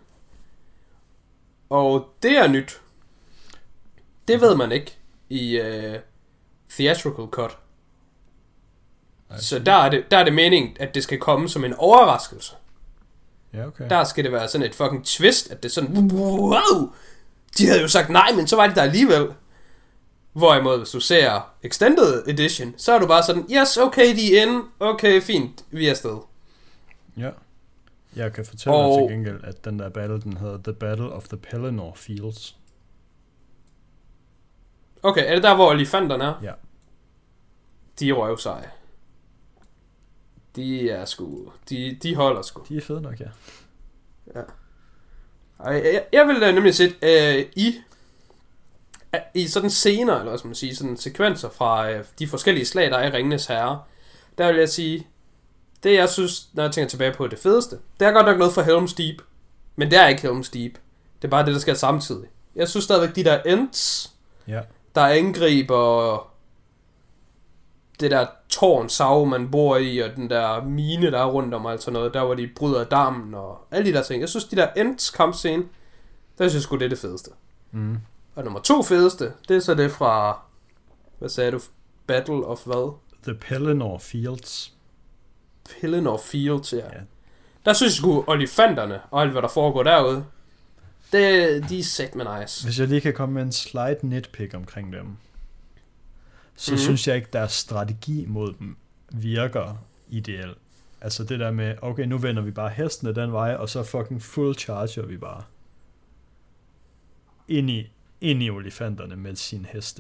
Og det er nyt. Det ved man ikke i uh, theatrical cut. Så der er, det, der er det meningen, at det skal komme som en overraskelse. Ja, okay. Der skal det være sådan et fucking twist, at det er sådan, wow, de havde jo sagt nej, men så var de der alligevel. Hvorimod, hvis du ser Extended Edition, så er du bare sådan, yes, okay, de er inde, okay, fint, vi er afsted. Ja. Jeg kan fortælle og... dig til gengæld, at den der battle, den hedder The Battle of the Pelennor Fields. Okay, er det der, hvor elefanterne er? Ja. De er røvseje. De er sgu, de, de holder sgu. De er fede nok, ja. Ja. Jeg, jeg, jeg vil nemlig sætte øh, i i sådan scener, eller hvad skal man sige, sådan sekvenser fra øh, de forskellige slag, der er i Ringenes Herre, der vil jeg sige, det jeg synes, når jeg tænker tilbage på det fedeste, det er godt nok noget fra Helm's Deep, men det er ikke Helm's Deep. Det er bare det, der sker samtidig. Jeg synes stadigvæk, de der ents, ja. der angriber det der tårn, Sauron, man bor i, og den der mine, der er rundt om, altså noget, der hvor de bryder dammen, og alle de der ting. Jeg synes, de der ents kampscene, der synes jeg sgu, det er det fedeste. Mm. Og nummer to fedeste, det er så det fra, hvad sagde du, Battle of hvad? The Pelennor Fields. Pelennor Fields, ja. ja. Der synes jeg sgu, olifanterne og alt, hvad der foregår derude, det, de er set med nice. Hvis jeg lige kan komme med en slight nitpick omkring dem, så mm-hmm. synes jeg ikke, deres strategi mod dem virker ideelt. Altså det der med, okay, nu vender vi bare hestene den vej, og så fucking full charger vi bare ind i, ind i olifanterne med sine heste.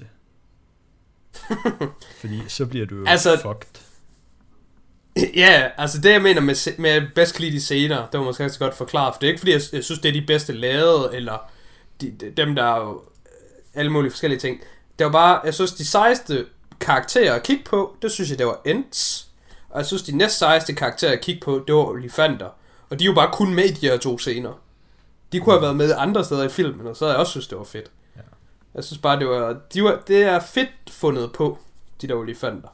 Fordi så bliver du jo altså, fucked. Ja, altså det jeg mener med, med bedst lide de scener, det var måske også godt forklare, for det er ikke fordi jeg, jeg synes det er de bedste lavede, eller de, de, dem der er jo alle mulige forskellige ting. Det var bare, jeg synes de sejeste karakterer at kigge på, det synes jeg det var Ents, og jeg synes de næst sejeste karakterer at kigge på, det var olifanter, og de er jo bare kun med i de her to scener. De kunne have været med andre steder i filmen, og så havde jeg også synes det var fedt. Ja. Jeg synes bare det var, de var, det er fedt fundet på, de der olifanter.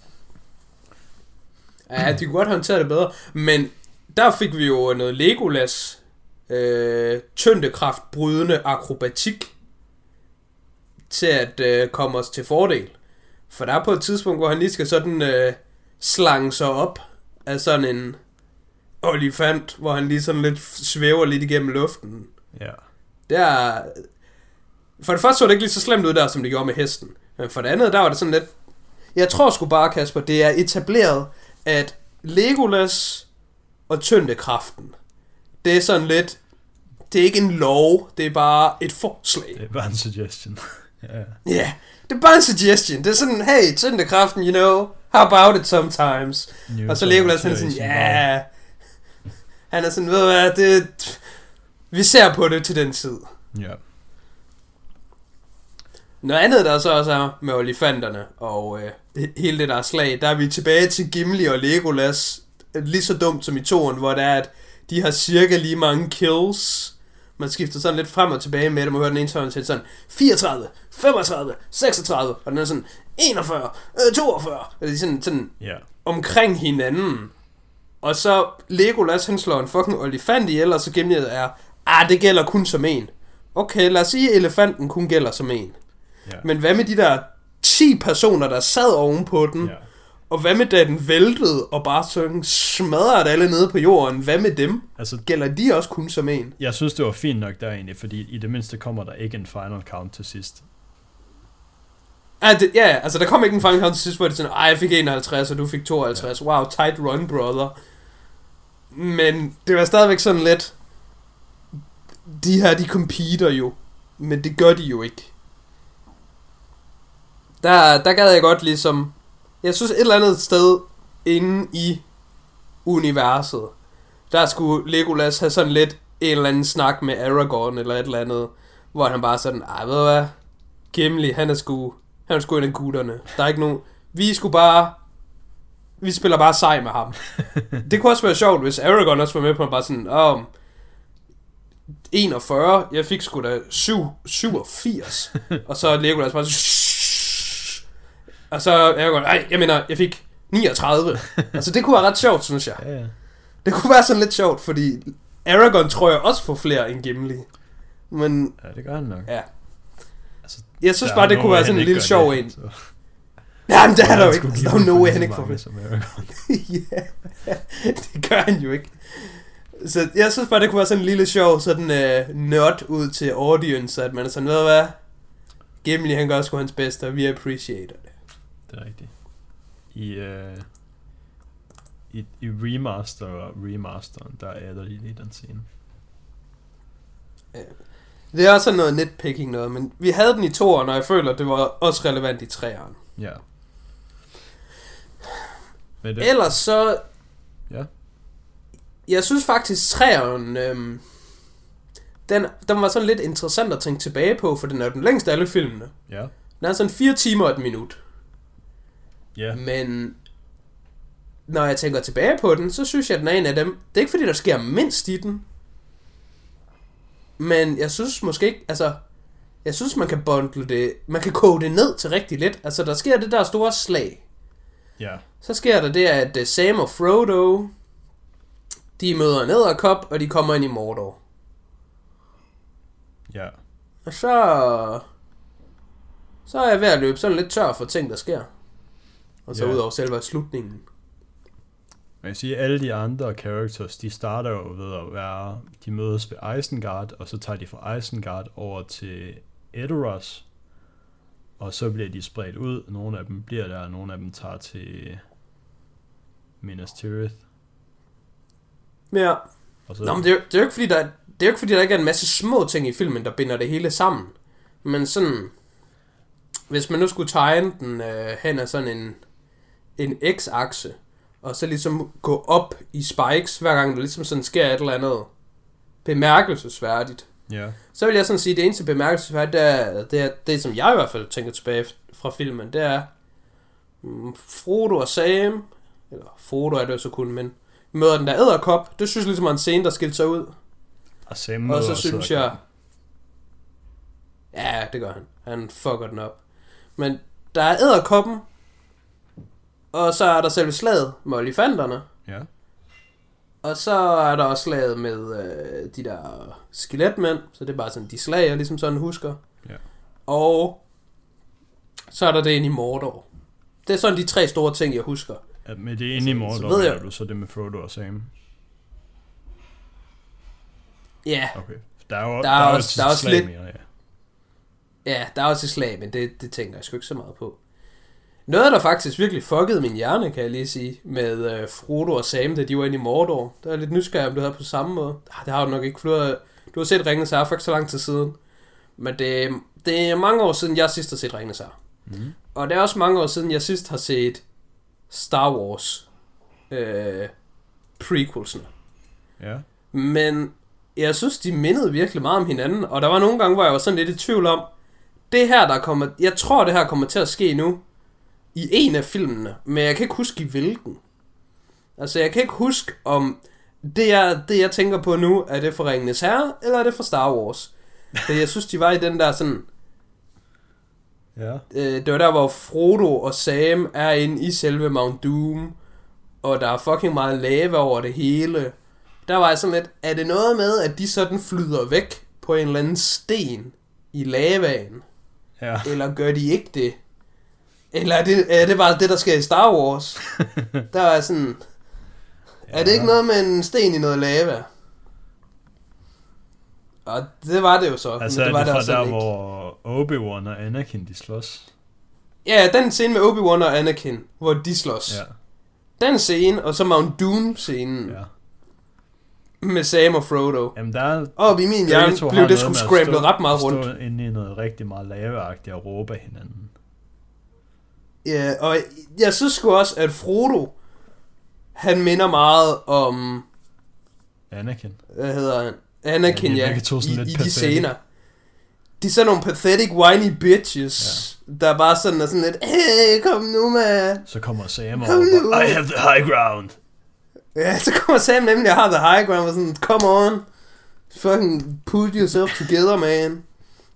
Ja, de kunne godt håndtere det bedre, men der fik vi jo noget Legolas øh, tyndekraftbrydende akrobatik til at øh, komme os til fordel. For der er på et tidspunkt, hvor han lige skal sådan øh, slange sig op af sådan en olifant, hvor han lige sådan lidt svæver lidt igennem luften. Ja. Der, for det første så det ikke lige så slemt ud der, som det gjorde med hesten. Men for det andet, der var det sådan lidt, jeg tror sgu bare, Kasper, det er etableret, at Legolas og tyndekraften, det er sådan lidt, det er ikke en lov, det er bare et forslag. Det er bare en suggestion. Ja, yeah. yeah, det er bare en suggestion. Det er sådan, hey, tyndekraften, you know, how about it sometimes? New og så Legolas, han er sådan, ja, yeah. Han er sådan, ved du hvad, det, vi ser på det til den tid. Ja. Noget andet, der så også er med olifanterne og øh, hele det der slag, der er vi tilbage til Gimli og Legolas, lige så dumt som i toren, hvor det er, at de har cirka lige mange kills. Man skifter sådan lidt frem og tilbage med dem, og hører den ene tørn til sådan fireogtredive, femogtredive, seksogtredive, og den er sådan enogfyrre, toogfyrre, og det er sådan, sådan yeah. omkring hinanden. Og så Legolas, han slår en fucking olifant ihjel, og så Gimli er, ah, det gælder kun som en. Okay, lad os sige, at elefanten kun gælder som en. Yeah. Men hvad med de der ti personer, der sad ovenpå den? Yeah. Og hvad med da den væltede og bare sådan smadrede alle nede på jorden? Hvad med dem? Altså, gælder de også kun som en? Jeg synes, det var fint nok der egentlig, fordi i det mindste kommer der ikke en final count til sidst. Ja, det, ja, altså der kom ikke en final count til sidst, hvor det sådan, ej, jeg fik enoghalvtreds, og du fik tooghalvtreds. Ja. Wow, tight run, brother. Men det var stadigvæk sådan lidt, de her, de competer jo, men det gør de jo ikke. Der, der gad jeg godt ligesom, jeg synes et eller andet sted inde i universet, der skulle Legolas have sådan lidt en eller anden snak med Aragorn eller et eller andet, hvor han bare sådan, ej, ved du hvad, Gimli, han er sgu, han er sgu en af gutterne. Der er ikke nogen, vi skulle bare, vi spiller bare sej med ham. Det kunne også være sjovt, hvis Aragorn også var med på, bare sådan, åh, um, enogfyrre, jeg fik sgu da syvogfirs, og så Legolas bare og så Aragorn, nej, jeg mener, jeg fik niogtredive. Altså det kunne være ret sjovt, synes jeg. Ja, ja. Det kunne være sådan lidt sjovt, fordi Aragorn tror jeg også får flere end Gimli. Men ja, det gør han nok. Ja. Altså, jeg synes bare, det kunne være sådan en lille sjov en. Så. Jamen, det er der jo ikke. Der er jo no way, han ikke får flere. Ja, det gør han jo ikke. Så jeg synes bare, det kunne være sådan en lille sjov, sådan uh, nørd ud til audience, at man er sådan, ved du hvad? Gimli, han gør sgu hans bedste, og vi appreciater det. Det er rigtigt. I, uh, i, i remaster og remasteren, der er der lige den scene. Ja. Det er også sådan noget nitpicking noget, men vi havde den i toeren, og jeg føler, det var også relevant i treeren. Ja. Men det... Ellers så... Ja. Jeg synes faktisk, treeren... Øhm, den, den var sådan lidt interessant at tænke tilbage på, for den er den længste af alle filmene. Ja. Den er sådan fire timer og et minut. Ja. Men når jeg tænker tilbage på den, så synes jeg, at den er en af dem. Det er ikke fordi, der sker mindst i den. Men jeg synes måske ikke, altså... Jeg synes, man kan bundle det... Man kan koge det ned til rigtig lidt. Altså, der sker det der store slag. Ja. Så sker der det, at Sam og Frodo... De møder en edderkop, og de kommer ind i Mordor. Ja. Og så... Så er jeg ved at løbe sådan lidt tør for ting, der sker. Og så ja. ud over selve slutningen. Man kan sige, at alle de andre characters, de starter jo ved at være... De mødes ved Isengard, og så tager de fra Isengard over til Edoras. Og så bliver de spredt ud. Nogle af dem bliver der, og nogle af dem tager til Minas Tirith. Ja. Så... Nå, men det er, det er jo ikke fordi, der, det er jo ikke fordi, der ikke er en masse små ting i filmen, der binder det hele sammen. Men sådan... Hvis man nu skulle tegne den øh, hen af sådan en, en x-akse, og så ligesom gå op i spikes, hver gang der ligesom sådan sker et eller andet bemærkelsesværdigt. Ja. Så vil jeg sådan sige, at det eneste bemærkelsesværdigt, det er, det er det, som jeg i hvert fald tænker tilbage fra filmen, det er um, Frodo og Sam, eller Frodo er det jo så kun, men møder den der edderkop. Det synes jeg ligesom er en scene, der skilte sig ud. Og Sam og så synes jeg... Ja, det gør han. Han fucker den op. Men der er edderkoppen, og så er der selve slaget med olifanterne. Ja. Og så er der også slaget med øh, de der skeletmænd, så det er bare sådan de slag, jeg ligesom sådan husker. Ja. Og så er der det inde i Mordor. Det er sådan de tre store ting, jeg husker. Ja, med det inde i Mordor, så er du så det med Frodo og Sam. Ja. Okay. Der er jo, der der er er også, også, der er også slag lidt... mere, ja. Ja, der er også et slag, men det, det tænker jeg sgu ikke så meget på. Noget, der faktisk virkelig fuckede min hjerne, kan jeg lige sige, med øh, Frodo og Sam, da de var inde i Mordor. Der er lidt nysgerrig, om du havde på samme måde. Ah, det har du nok ikke, for du har, du har set Ringenes Herre for ikke så lang tid siden. Men det, det er mange år siden, jeg sidst har set Ringenes Herre. Mm. Og det er også mange år siden, jeg sidst har set Star Wars øh, prequelsene. Ja. Men jeg synes, de mindede virkelig meget om hinanden. Og der var nogle gange, hvor jeg var sådan lidt i tvivl om, det her, der kommer... Jeg tror, det her kommer til at ske nu i en af filmene, men jeg kan ikke huske i hvilken. Altså, jeg kan ikke huske, om det, jeg, det, jeg tænker på nu, er det for Ringenes Herre, eller er det for Star Wars? For jeg synes, de var i den der sådan... Ja. Øh, det var der, hvor Frodo og Sam er inde i selve Mount Doom, og der er fucking meget lava over det hele. Der var jeg sådan lidt, er det noget med, at de sådan flyder væk på en eller anden sten i lavaen? Ja. Eller gør de ikke det? Eller er det, er det bare det, der sker i Star Wars? Der var jeg sådan, ja. Er det ikke noget med en sten i noget lava? Og det var det jo så. Altså men det var er det fra det der, ikke. hvor Obi-Wan og Anakin de slås? Ja, den scene med Obi-Wan og Anakin, hvor de slås. Ja. Den scene, og så Mount Doom-scenen. Ja. Med Sam og Frodo. Jamen der er... Og i min hjerne blev det sgu scrambled ret meget rundt. Stå inde i noget rigtig meget lavaagtigt og råbe af hinanden. Ja, og jeg synes sgu også, at Frodo, han minder meget om... Anakin. Hvad hedder han? Anakin, ja, ja i, i de scener. De er sådan nogle pathetic, whiny bitches, ja. Der bare sådan er sådan lidt, hey, kom nu, med. Så kommer Sam og I have the high ground. Ja, så kommer Sam nemlig, jeg har the high ground, og sådan, come on, fucking put yourself together, man.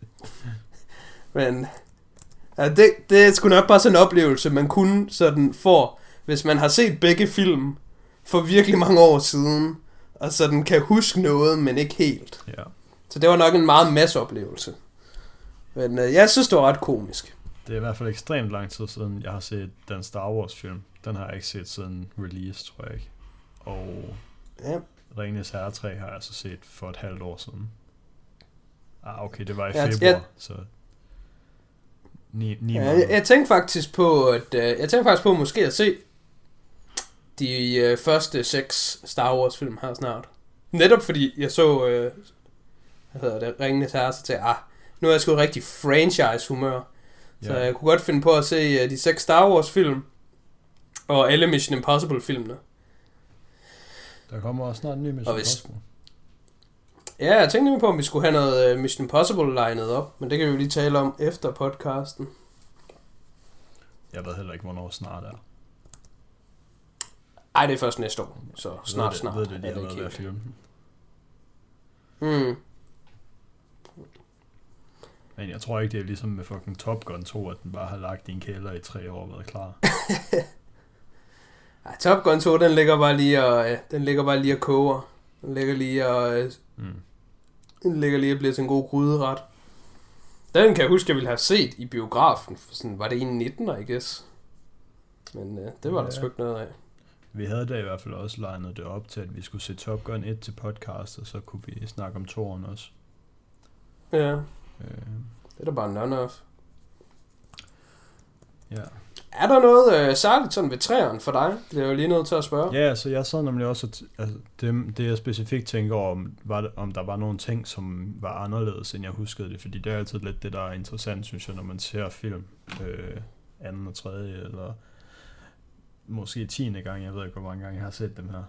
Men, ja, det, det er sgu nok bare sådan en oplevelse, man kunne sådan få, hvis man har set begge film for virkelig mange år siden, og sådan kan huske noget, men ikke helt. Ja. Så det var nok en meget masse oplevelse. Men øh, jeg synes, det var ret komisk. Det er i hvert fald ekstremt lang tid siden, jeg har set den Star Wars film. Den har jeg ikke set siden release, tror jeg ikke. Og ja. Ringenes Herre tre har jeg altså set for et halvt år siden. Ah, okay, det var i ja, februar, jeg, så... Ni, ni ja, jeg, jeg tænkte faktisk på, at øh, jeg tænkte faktisk på måske at se de øh, første seks Star Wars film her snart. Netop fordi jeg så, øh, hvad hedder det, Ringenes Herre, så tænkte jeg, ah, nu er jeg sgu rigtig franchise-humør. Så ja. Jeg kunne godt finde på at se øh, de seks Star Wars film, og alle Mission Impossible-filmene. Der kommer også snart en ny Mission hvis, Impossible. Ja, jeg tænkte mig på, om vi skulle have noget uh, Mission Impossible legnet op, men det kan vi jo lige tale om efter podcasten. Jeg ved heller ikke, hvornår snart er. Ej, det er først næste år, så snart, det, snart. Ved det, de har været ved at filme. Mm. Men jeg tror ikke, det er ligesom med fucking Top Gun to, at den bare har lagt i en kælder i tre år og været klar. Ej, Top Gun to, den ligger bare lige og, øh, den ligger bare lige og koger. Den ligger lige og, øh, mm. den ligger lige og bliver til en god gryderet. Den kan jeg huske, jeg ville have set i biografen. For sådan, var det i nitten, I guess. Men øh, det var ja. Der sgu ikke noget af. Vi havde da i hvert fald også legnet det op til, at vi skulle se Top Gun et til podcast, og så kunne vi snakke om toeren også. Ja. Øh. Det er da bare none of. Ja. Er der noget øh, særligt sådan ved træerne for dig? Det er jo lige nødt til at spørge. Ja, så jeg sad nemlig også, at, altså, det, det jeg specifikt tænker om, var det, om der var nogle ting, som var anderledes, end jeg huskede det. Fordi det er altid lidt det, der er interessant, synes jeg, når man ser film øh, anden og tredje, eller måske tiende gang. Jeg ved ikke, hvor mange gange jeg har set dem her.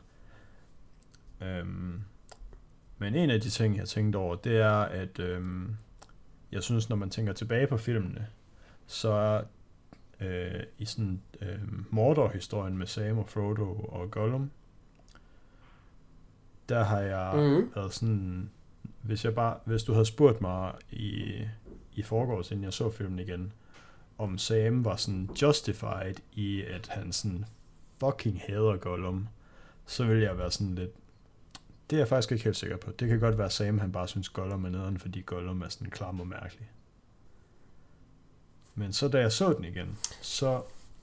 Øhm, men en af de ting, jeg tænkte over, det er, at øhm, jeg synes, når man tænker tilbage på filmene, så er øh, i sådan øh, Mordor-historien med Sam og Frodo og Gollum, der har jeg mm-hmm. været sådan, hvis jeg bare, hvis du havde spurgt mig i, i forgårs, inden jeg så filmen igen, om Sam var sådan justified i, at han sådan fucking hader Gollum, så ville jeg være sådan lidt, det er jeg faktisk ikke helt sikker på. Det kan godt være Sam, han bare synes Gollum er nederen, fordi Gollum er sådan klam og mærkelig. Men så da jeg så den igen, så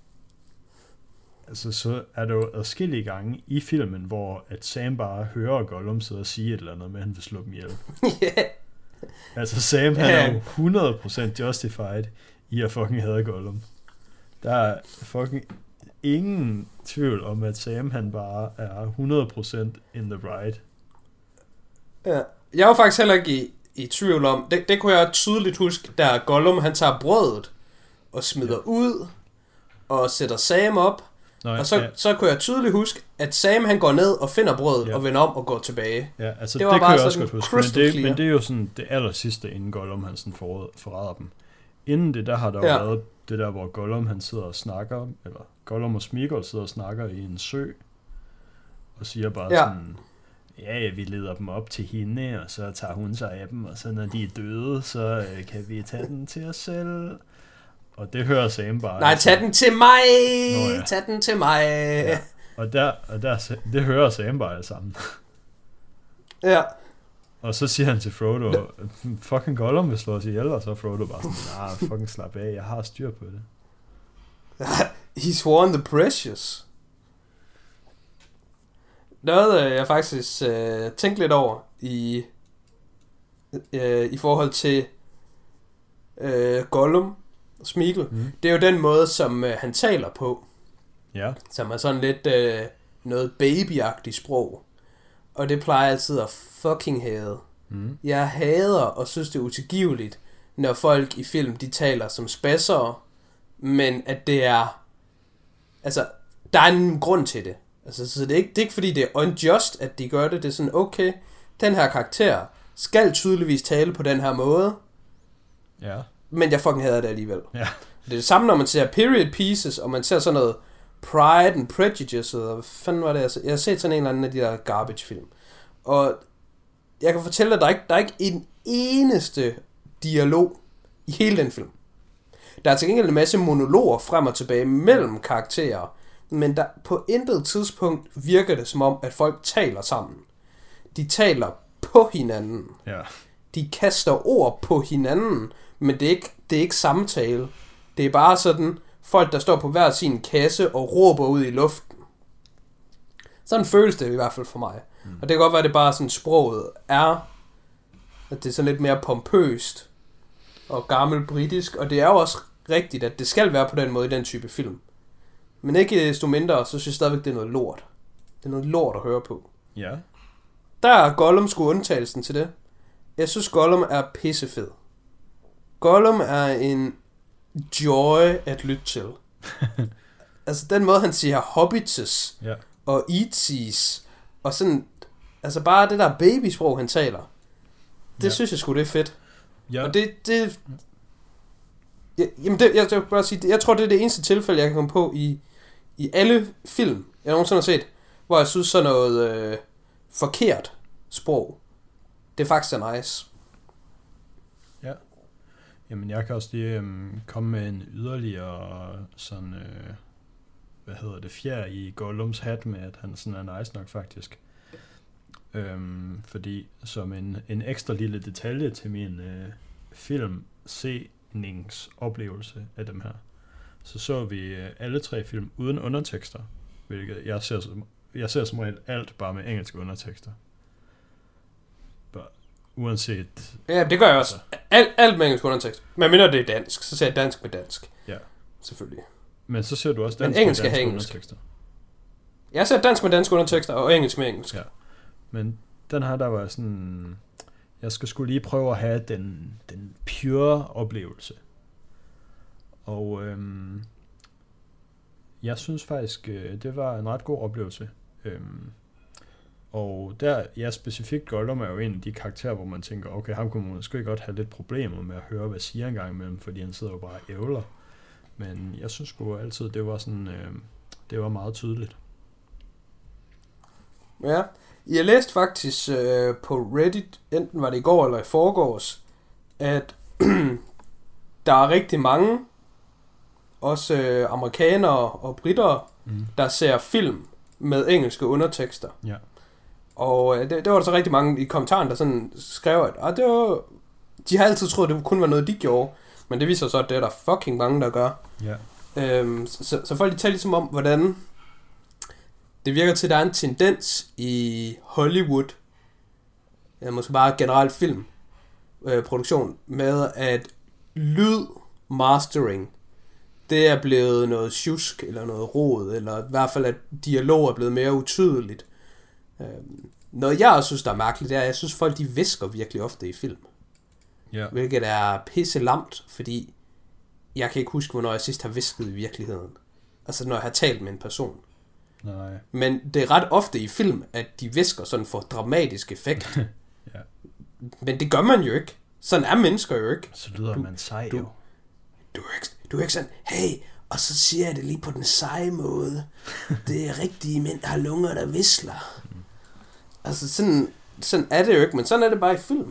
altså så er der jo adskillige gange i filmen, hvor at Sam bare hører Gollum sidde og sige et eller andet, med han vil slå dem ihjel. Yeah. Altså Sam, han er jo hundrede procent justified i at fucking hade Gollum. Der er fucking ingen tvivl om, at Sam, han bare er hundrede procent in the right. Ja, jeg var faktisk heller ikke i, i tvivl om, det, det kunne jeg tydeligt huske, da Gollum, han tager brødet og smider ja. ud og sætter Sam op. Nå, og så, ja. så kunne jeg tydeligt huske, at Sam, han går ned og finder brødet ja. og vender om og går tilbage. Ja, altså det, det kan jeg også godt huske, men det, men det er jo sådan det aller sidste, inden Gollum, han sådan forræder dem. inden det, der har der ja. været det der, hvor Gollum han sidder og snakker, eller Gollum og Smeagol sidder og snakker i en sø, og siger bare ja. sådan, ja, ja, vi leder dem op til hende, og så tager hun sig af dem, og så når de er døde, så øh, kan vi tage den til os selv. Og det hører Sam bare. Nej, tag den til mig! Nå, ja. Tag den til mig! Ja. Og, der, og der, det hører Sam bare sammen. Ja. Og så siger han til Frodo, fucking Gollum vil slå os ihjel, og så er Frodo bare sådan, nah, fucking slap af, jeg har styr på det. He's won the precious. Noget, jeg faktisk øh, tænkte lidt over i, øh, i forhold til øh, Gollum og Smeagol, mm. det er jo den måde, som øh, han taler på. Ja. Som er sådan lidt øh, noget babyagtigt sprog. Og det plejer altid at fucking hade. Mm. Jeg hader og synes, det er utilgiveligt, når folk i film, de taler som spassere, men at det er... Altså, der er en grund til det. Altså, så det er, ikke, det er ikke fordi, det er unjust, at de gør det. Det er sådan, okay, den her karakter skal tydeligvis tale på den her måde. Ja. Men jeg fucking hader det alligevel. Ja. Det er det samme, når man ser period pieces, og man ser sådan noget Pride and Prejudice, og hvad fanden var det? Jeg har set sådan en eller anden af de der garbage-film. Og jeg kan fortælle dig, at der er ikke, der er ikke en eneste dialog i hele den film. Der er til gengæld en masse monologer frem og tilbage mellem karakterer, men der, på intet tidspunkt virker det som om, at folk taler sammen. De taler på hinanden. Ja. De kaster ord på hinanden, men det er ikke, det er ikke samtale. Det er bare sådan folk, der står på hver sin kasse og råber ud i luften. Sådan føles det i hvert fald for mig. Mm. Og det kan godt være, at det bare sådan sproget er, at det er sådan lidt mere pompøst og gammel britisk, og det er jo også rigtigt, at det skal være på den måde i den type film. Men ikke desto mindre, så synes jeg stadigvæk, det er noget lort. Det er noget lort at høre på. Ja. Der er Gollum sgu undtagelsen til det. Jeg synes, Gollum er pissefed. Gollum er en joy at lytte til. Altså den måde, han siger hobbitses ja. og eatsies, og sådan, altså bare det der babysprog, han taler, det ja. synes jeg sgu, det er fedt. Ja. Og det, det ja, jamen det, jeg, jeg, bare sige, jeg tror, det er det eneste tilfælde, jeg kan komme på i, i alle film, jeg nogensinde har set, hvor jeg synes sådan noget øh, forkert sprog, det er faktisk er nice. Ja. Jamen, jeg kan også lige øhm, komme med en yderligere sådan, øh, hvad hedder det, fjer i Gollums hat med, at han sådan er nice nok faktisk. Øhm, fordi som en, en ekstra lille detalje til min øh, filmseningsoplevelse af dem her, så så vi øh, alle tre film uden undertekster, hvilket jeg ser som, jeg ser som regel alt bare med engelske undertekster. Bare, uanset... Ja, det gør jeg også. Altså, alt, alt med engelsk undertekst. Men mindre det er dansk, så ser jeg dansk med dansk. Ja. Selvfølgelig. Men så ser du også dansk med dansk undertekster. Jeg ser dansk med dansk undertekster, og engelsk med engelsk. Ja. Men den her, der var sådan... Jeg skal sgu lige prøve at have den, den pure oplevelse. Og øhm, jeg synes faktisk, det var en ret god oplevelse. Øhm, og der, ja, specifikt Gollum er jo en af de karakterer, hvor man tænker, okay, ham kunne man måske godt have lidt problemer med at høre, hvad siger en gang imellem, fordi han sidder jo bare og ævler. Men jeg synes sgu altid, det var sådan, øh, det var meget tydeligt. Ja, jeg læste faktisk øh, på Reddit, enten var det i går eller i forgårs, at der er rigtig mange, også øh, amerikanere og britter, mm. der ser film med engelske undertekster. Ja. Og øh, det, det var der så rigtig mange i kommentaren, der sådan skrev, at ah, det var, de har altid troet, det kun var noget, de gjorde. Men det viser så, at det er der fucking mange, der gør. Ja. Øhm, så, så, så folk de taler ligesom om, hvordan det virker til, at der er en tendens i Hollywood, ja, måske bare generelt filmproduktion, øh, med at lydmastering, det er blevet noget sjusk, eller noget rod, eller i hvert fald, at dialog er blevet mere utydeligt. Øhm, noget jeg også synes, der er mærkeligt, det er, at jeg synes, folk de visker virkelig ofte i film. Ja. Hvilket er pisse lamt, fordi jeg kan ikke huske, hvornår jeg sidst har visket i virkeligheden. Altså, når jeg har talt med en person. Nej. Men det er ret ofte i film, at de visker sådan for dramatisk effekt. Ja. Men det gør man jo ikke. Sådan er mennesker jo ikke. Så lyder du, man sej du, jo. du er ikke, du er ikke sådan, hey, og så siger jeg det lige på den seje måde. Det er rigtige mænd, der har lunger, der visler. Mm. Altså sådan, sådan er det jo ikke, men sådan er det bare i film.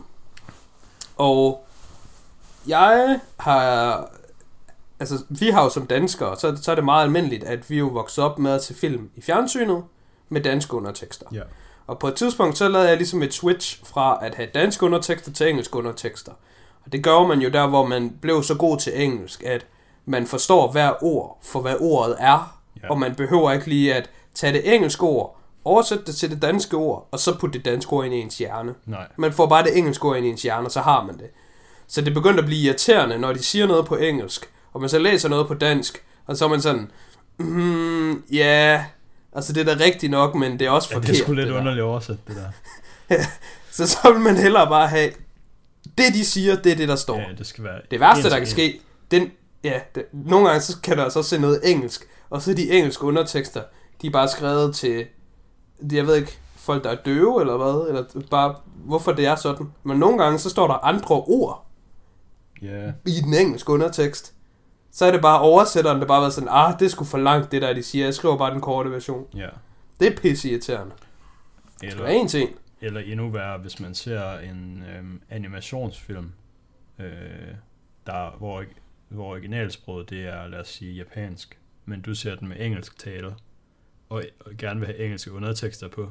Og jeg har, altså vi har jo som danskere, så, så er det meget almindeligt, at vi jo vokset op med at se film i fjernsynet med danske undertekster. Yeah. Og på et tidspunkt, så lavede jeg ligesom et switch fra at have danske undertekster til engelske undertekster. Og det gør man jo der, hvor man blev så god til engelsk, at man forstår hver ord for hvad ordet er, yeah. og man behøver ikke lige at tage det engelske ord, oversætte det til det danske ord, og så putte det danske ord ind i ens hjerne. Nej. Man får bare det engelske ord ind i ens hjerne, og så har man det. Så det begynder at blive irriterende, når de siger noget på engelsk, og man så læser noget på dansk, og så er man sådan, mm, ja, yeah. altså det er da rigtigt nok, men det er også ja, forkert. Det er sgu lidt underligt oversat, det der. Ja, så så vil man hellere bare have, det de siger, det er det, der står. Ja, det skal være det værste, der kan ske, den, ja, det, nogle gange så kan der så se noget engelsk, og så de engelske undertekster, de er bare skrevet til, jeg ved ikke, folk der er døve, eller hvad, eller bare, hvorfor det er sådan. Men nogle gange, så står der andre ord yeah. i den engelske undertekst. Så er det bare oversætteren, der bare været sådan, ah, det er sgu for langt, det der, de siger. Jeg skriver bare den korte version. Yeah. Det er pisse irriterende. Det skal være en ting. Eller endnu værre, hvis man ser en øhm, animationsfilm, øh, der, hvor, hvor originalsproget det er, lad os sige, japansk, men du ser den med engelsk tale, og, og gerne vil have engelske undertekster på.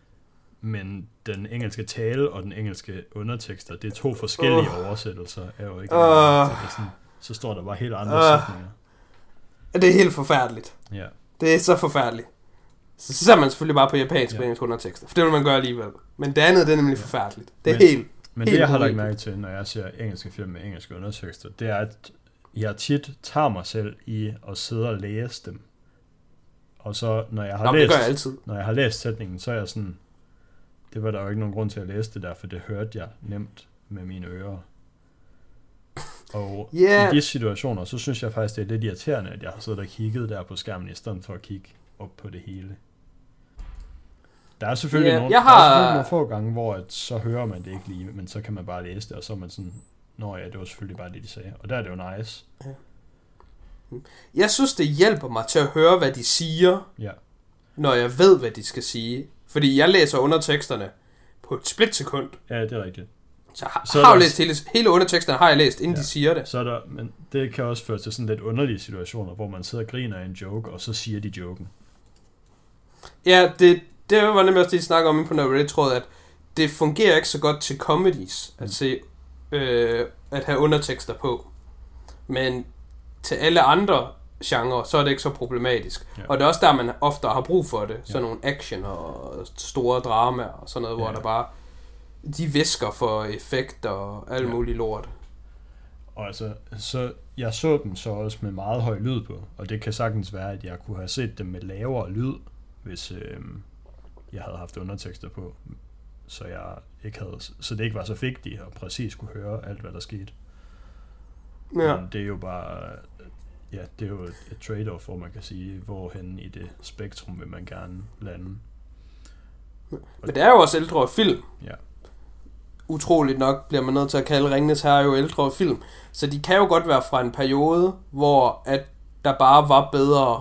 Men den engelske tale og den engelske undertekster, det er to forskellige uh. oversættelser af originalen. Uh. Så, så står der bare helt andre uh. sætninger. Det er helt forfærdeligt. Ja. Det er så forfærdeligt. Så, så ser man selvfølgelig bare på japansk ja. på engelsk undertekster, for det vil man gøre alligevel. Men det andet, det er nemlig ja. forfærdeligt. Det er men, helt Men helt det, jeg har lagt mærke til, når jeg ser engelske film med engelske undertekster, det er, at jeg tit tager mig selv i at sidde og læse dem. Og så, når jeg har, Nå, læst, jeg når jeg har læst sætningen, så er jeg sådan, det var der jo ikke nogen grund til at læse det der, for det hørte jeg nemt med mine ører. Og yeah. i de situationer, så synes jeg faktisk, det er lidt irriterende, at jeg har siddet og kigget der på skærmen, i stedet for at kigge op på det hele. Der er selvfølgelig, yeah. nogle, jeg har... der er selvfølgelig nogle få gange, hvor at, så hører man det ikke lige, men så kan man bare læse det, og så er man sådan, nå ja, det var selvfølgelig bare det, de sagde. Og der er det jo nice. Ja. Jeg synes, det hjælper mig til at høre, hvad de siger, ja. når jeg ved, hvad de skal sige. Fordi jeg læser underteksterne på et splitsekund. Ja, det er rigtigt. Så jeg har, så har der... læst hele, hele underteksterne, har jeg læst, inden ja. de siger det. Så er der, men det kan også føre til sådan lidt underlige situationer, hvor man sidder og griner af en joke, og så siger de joken. Ja, det, det var nemlig også det, de snakker om på Reddit-tråd, at det fungerer ikke så godt til comedies, at, se, øh, at have undertekster på. Men til alle andre genre, så er det ikke så problematisk. Ja. Og det er også der, man ofte har brug for det. Sådan ja. nogle action og store drama og sådan noget, ja. hvor der bare de visker for effekt og alt ja. muligt lort. Og altså, så jeg så dem så også med meget høj lyd på, og det kan sagtens være, at jeg kunne have set dem med lavere lyd, hvis øh, jeg havde haft undertekster på, så jeg ikke havde, så det ikke var så vigtigt og præcis kunne høre alt, hvad der skete. Ja. Men det er jo bare, ja, det er jo et, et trade-off, hvor man kan sige, hvorhen i det spektrum vil man gerne lande. Men det er jo også ældre film. Ja. Utroligt nok bliver man nødt til at kalde Ringenes Herre jo ældre film. Så de kan jo godt være fra en periode, hvor at der bare var bedre...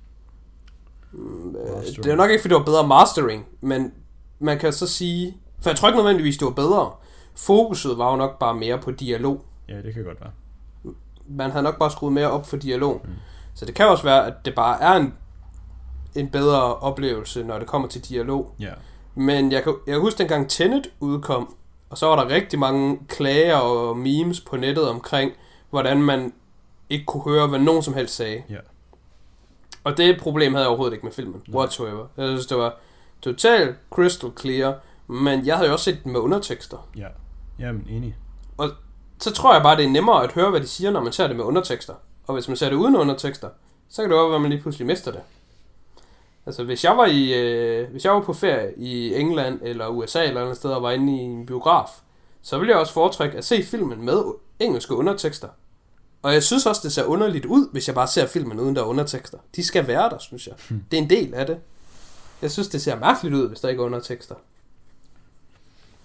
Mastering. Det er jo nok ikke, fordi det var bedre mastering, men man kan så sige... For jeg tror ikke nødvendigvis, det var bedre. Fokuset var jo nok bare mere på dialog. Ja, det kan godt være. Man havde nok bare skruet mere op for dialog. Mm. Så det kan også være, at det bare er en, en bedre oplevelse, når det kommer til dialog. Yeah. Men jeg kan, jeg kan huske, dengang Tenet udkom, og så var der rigtig mange klager og memes på nettet omkring, hvordan man ikke kunne høre, hvad nogen som helst sagde. Yeah. Og det problem havde jeg overhovedet ikke med filmen, no. whatsoever. Jeg synes, det var totalt crystal clear, men jeg havde jo også set den med undertekster. Ja, yeah. Jamen enig. Og så tror jeg bare, det er nemmere at høre, hvad de siger, når man ser det med undertekster. Og hvis man ser det uden undertekster, så kan det også være, at man lige pludselig mister det. Altså, hvis jeg var i, øh, hvis jeg var på ferie i England eller U S A eller andet sted og var inde i en biograf, så ville jeg også foretrække at se filmen med engelske undertekster. Og jeg synes også, det ser underligt ud, hvis jeg bare ser filmen uden der er undertekster. De skal være der, synes jeg. Hmm. Det er en del af det. Jeg synes, det ser mærkeligt ud, hvis der ikke er undertekster.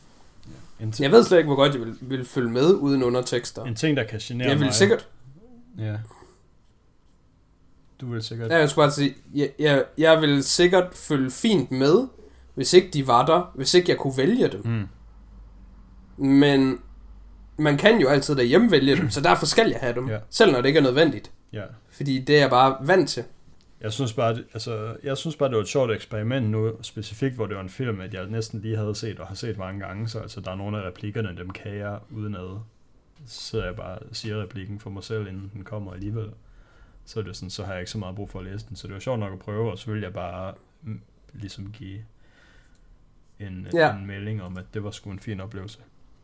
Jeg ved slet ikke, hvor godt jeg vil, vil følge med uden undertekster. En ting, der kan genere jeg vil mig, sikkert. Ja. Du vil sikkert... Ja, jeg skulle bare sige, jeg, jeg, jeg vil sikkert følge fint med, hvis ikke de var der, hvis ikke jeg kunne vælge dem. Mm. Men man kan jo altid derhjemme vælge dem, så derfor skal jeg have dem, ja. Selv når det ikke er nødvendigt. Ja. Fordi det er jeg bare vant til. Jeg synes bare, det, altså, jeg synes bare, det var et sjovt eksperiment nu, specifikt, hvor det var en film, at jeg næsten lige havde set, og har set mange gange, så altså, der er nogle af replikkerne, dem kan jeg udenad. Så sidder jeg bare og siger replikken for mig selv, inden den kommer alligevel. Så er det sådan, så har jeg ikke så meget brug for at læse den, så det var sjovt nok at prøve, og så ville jeg bare mm, ligesom give en, ja. en melding om, at det var sgu en fin oplevelse.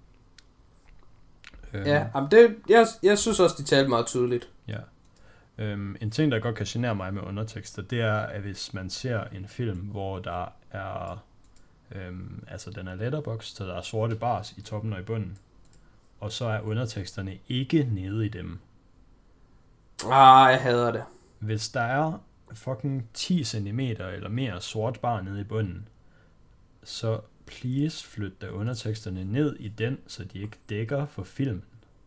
Ja, um, det, jeg, jeg synes også, de talte meget tydeligt. Ja. Um, en ting, der godt kan genere mig med undertekster, det er, at hvis man ser en film, hvor der er, um, altså den er letterboxd, så der er sorte bars i toppen og i bunden, og så er underteksterne ikke nede i dem. Ah, jeg hader det. Hvis der er fucking ti centimeter eller mere sort bar nede i bunden, så please flyt da underteksterne ned i den, så de ikke dækker for filmen.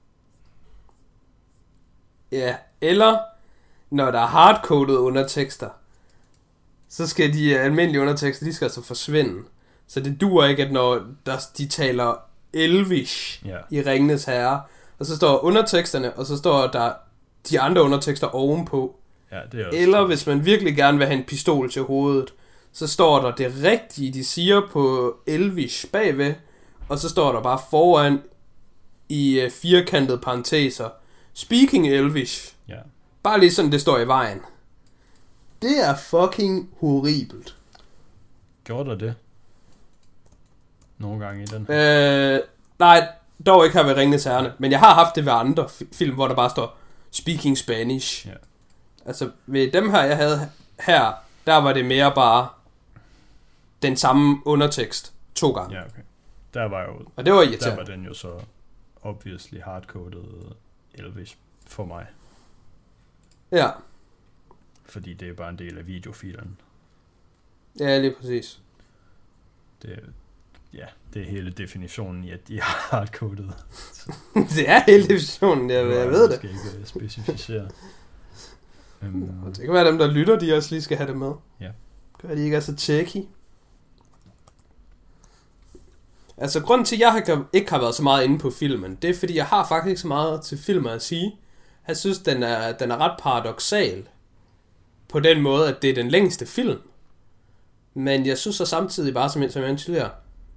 Ja, eller når der er hardcoded undertekster, så skal de almindelige undertekster, de skal altså forsvinde. Så det duer ikke, at når der, de taler elvish ja. i Ringenes Herre, og så står underteksterne, og så står der de andre undertekster ovenpå. Ja, det er også eller det. Hvis man virkelig gerne vil have en pistol til hovedet, så står der det rigtige, de siger på elvish bagved, og så står der bare foran i firkantede parenteser, speaking elvish. Ja. Bare lige sådan, det står i vejen. Det er fucking horribelt. Gjorde der det? Nogle gange i den her? Øh, nej, dog ikke her ved Ringenes Herre, men jeg har haft det ved andre film, hvor der bare står speaking Spanish. Ja. Altså, ved dem her, jeg havde her, der var det mere bare den samme undertekst to gange. Ja, okay. Der var jo... Og det var irriterende. Der var den jo så obviously hardcoded elvish for mig. Ja. Fordi det er bare en del af videofilen. Ja, lige præcis. Det, ja, det er hele definitionen i, at de er hardcoded. Det er hele definitionen, jeg, jeg ved det. Jeg skal ikke specificere. um, det kan være dem, der lytter, de også lige skal have det med. Ja. Gør de ikke er så techy. Altså, grunden til, at jeg har, ikke har været så meget inde på filmen, det er, fordi jeg har faktisk ikke så meget til filmen at sige. Jeg synes, den er, den er ret paradoksal. På den måde, at det er den længste film. Men jeg synes så samtidig bare, som jeg nævnte tidligere,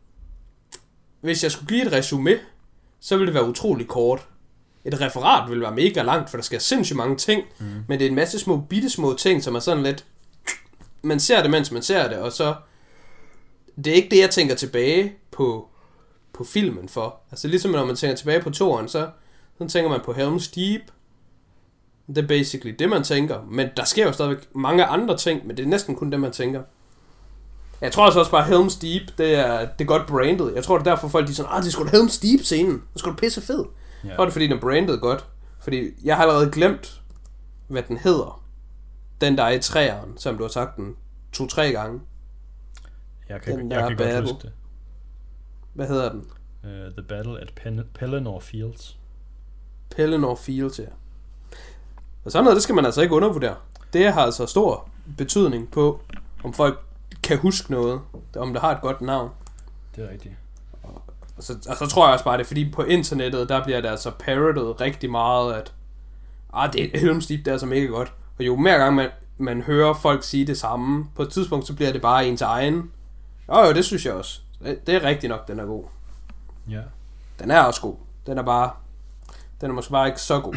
hvis jeg skulle give et resume, så ville det være utrolig kort. Et referat ville være mega langt, for der sker sindssygt mange ting. Mm. Men det er en masse små, bitte små ting, som er sådan lidt... Man ser det, mens man ser det, og så... Det er ikke det, jeg tænker tilbage på, på filmen for. Altså ligesom når man tænker tilbage på toeren, så, så tænker man på Helm's Deep. Det er basically det, man tænker. Men der sker jo stadigvæk mange andre ting, men det er næsten kun det, man tænker. Jeg tror også bare, Helm's Deep, det er, det er godt branded. Jeg tror, det er derfor folk de er sådan, ah, det er sgu da Helm's Deep-scenen. Det er sgu da pisse fed. Yeah. Så er det, fordi den er branded godt. Fordi jeg har allerede glemt, hvad den hedder. Den, der er i træeren, som du har sagt den to-tre gange. Jeg kan, den, jeg kan godt huske det. Hvad hedder den? Uh, The Battle at Pen- Pelennor Fields. Pelennor Fields, ja. Og sådan noget, det skal man altså ikke undervurdere. Det har altså stor betydning på, om folk kan huske noget, om det har et godt navn. Det er rigtigt. Og, og, så, og så tror jeg også bare, det er fordi på internettet, der bliver det altså parroted rigtig meget, at ah, det er Helm's Deep, det er altså mega godt. Og jo mere gang man, man hører folk sige det samme, på et tidspunkt, så bliver det bare ens egen. Jo jo, det synes jeg også. Det, det er rigtigt nok, den er god. Ja. Den er også god. Den er bare, den er måske bare ikke så god.